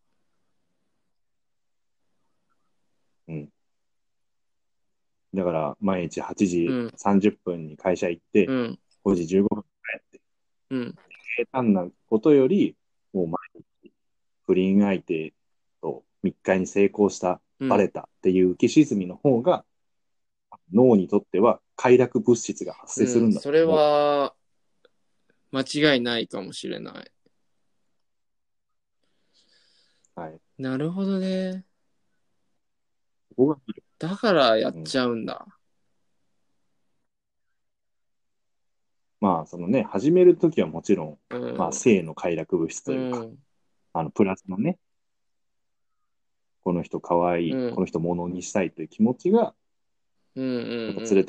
うん。だから、毎日8時うん、 さんじゅっぷんに会社行って、 うん、 ごじじゅうごふん帰って、 うん、 平坦なことより、もう毎日不倫相手と密会に成功した、 うん。 バレたっていう浮き沈みの方が、脳にとっては快楽物質が発生するうん、それんだと思は間違いないかもしれない。 う。はい。 なるほどね。 ここが、 だからやっうん、 ちゃうんだ。 まあ、そのね、始めるときはもちろん、 うまあ、 ん、 性の快楽物質うというか、 ん、 あの、プラスのね、この人可愛い、こうん、 の人ものにしたいという気持ちが、 うん、うん、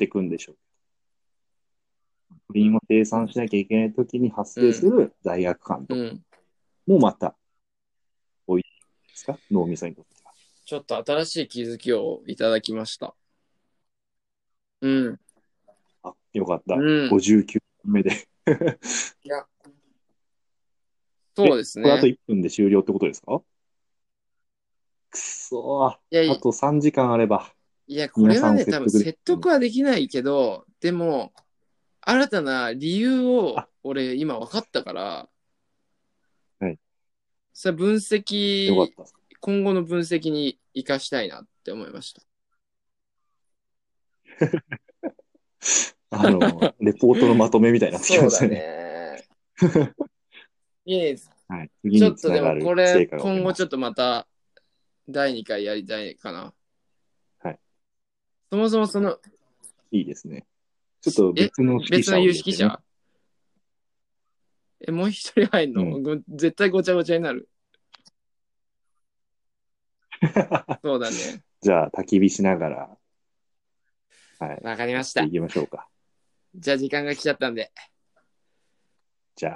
やっぱ連れてくんでしょう。不倫を清算しなきゃいけないときに発うん、 生する罪悪感とかうん。 もまた、多いですか脳みそにとっては。 ちょっと新しい気づきをいただきました。うん、 あ、よかった。 うん。 ごじゅうきゅうふんめで。 いや、 え、 そうですこれあとね。 いっぷんで終了ってことですか？くそー。 いや、いあとさんじかんあれば、 いや、こ皆さんをれはね、多分説得でき説得る。 はできないけど、でも、新たな理由をあ、 俺今分かったから、 はい。 それ分析、 よかった。 今後の分析に生かしたいなって思いました。 あの、レポートのまとめみたいになってきまそうだしたね。 ね。いいです。 はい。次につちょっとでながるもこれ、 成果が出ました。 今後ちょっとまただいにかいやりたいかな。 はい。 そもそもその、 いいですね。ちょっとえ、 別の指揮者を別の有入れてね。 識者？え、もう一人入んの？ うん。 ご絶対ごちゃごちゃになる。そうだね。 じゃあ、焚き火しながら、はい、 わかりやました。 っていきましょうか。 じゃあ時間が来ちゃったんで。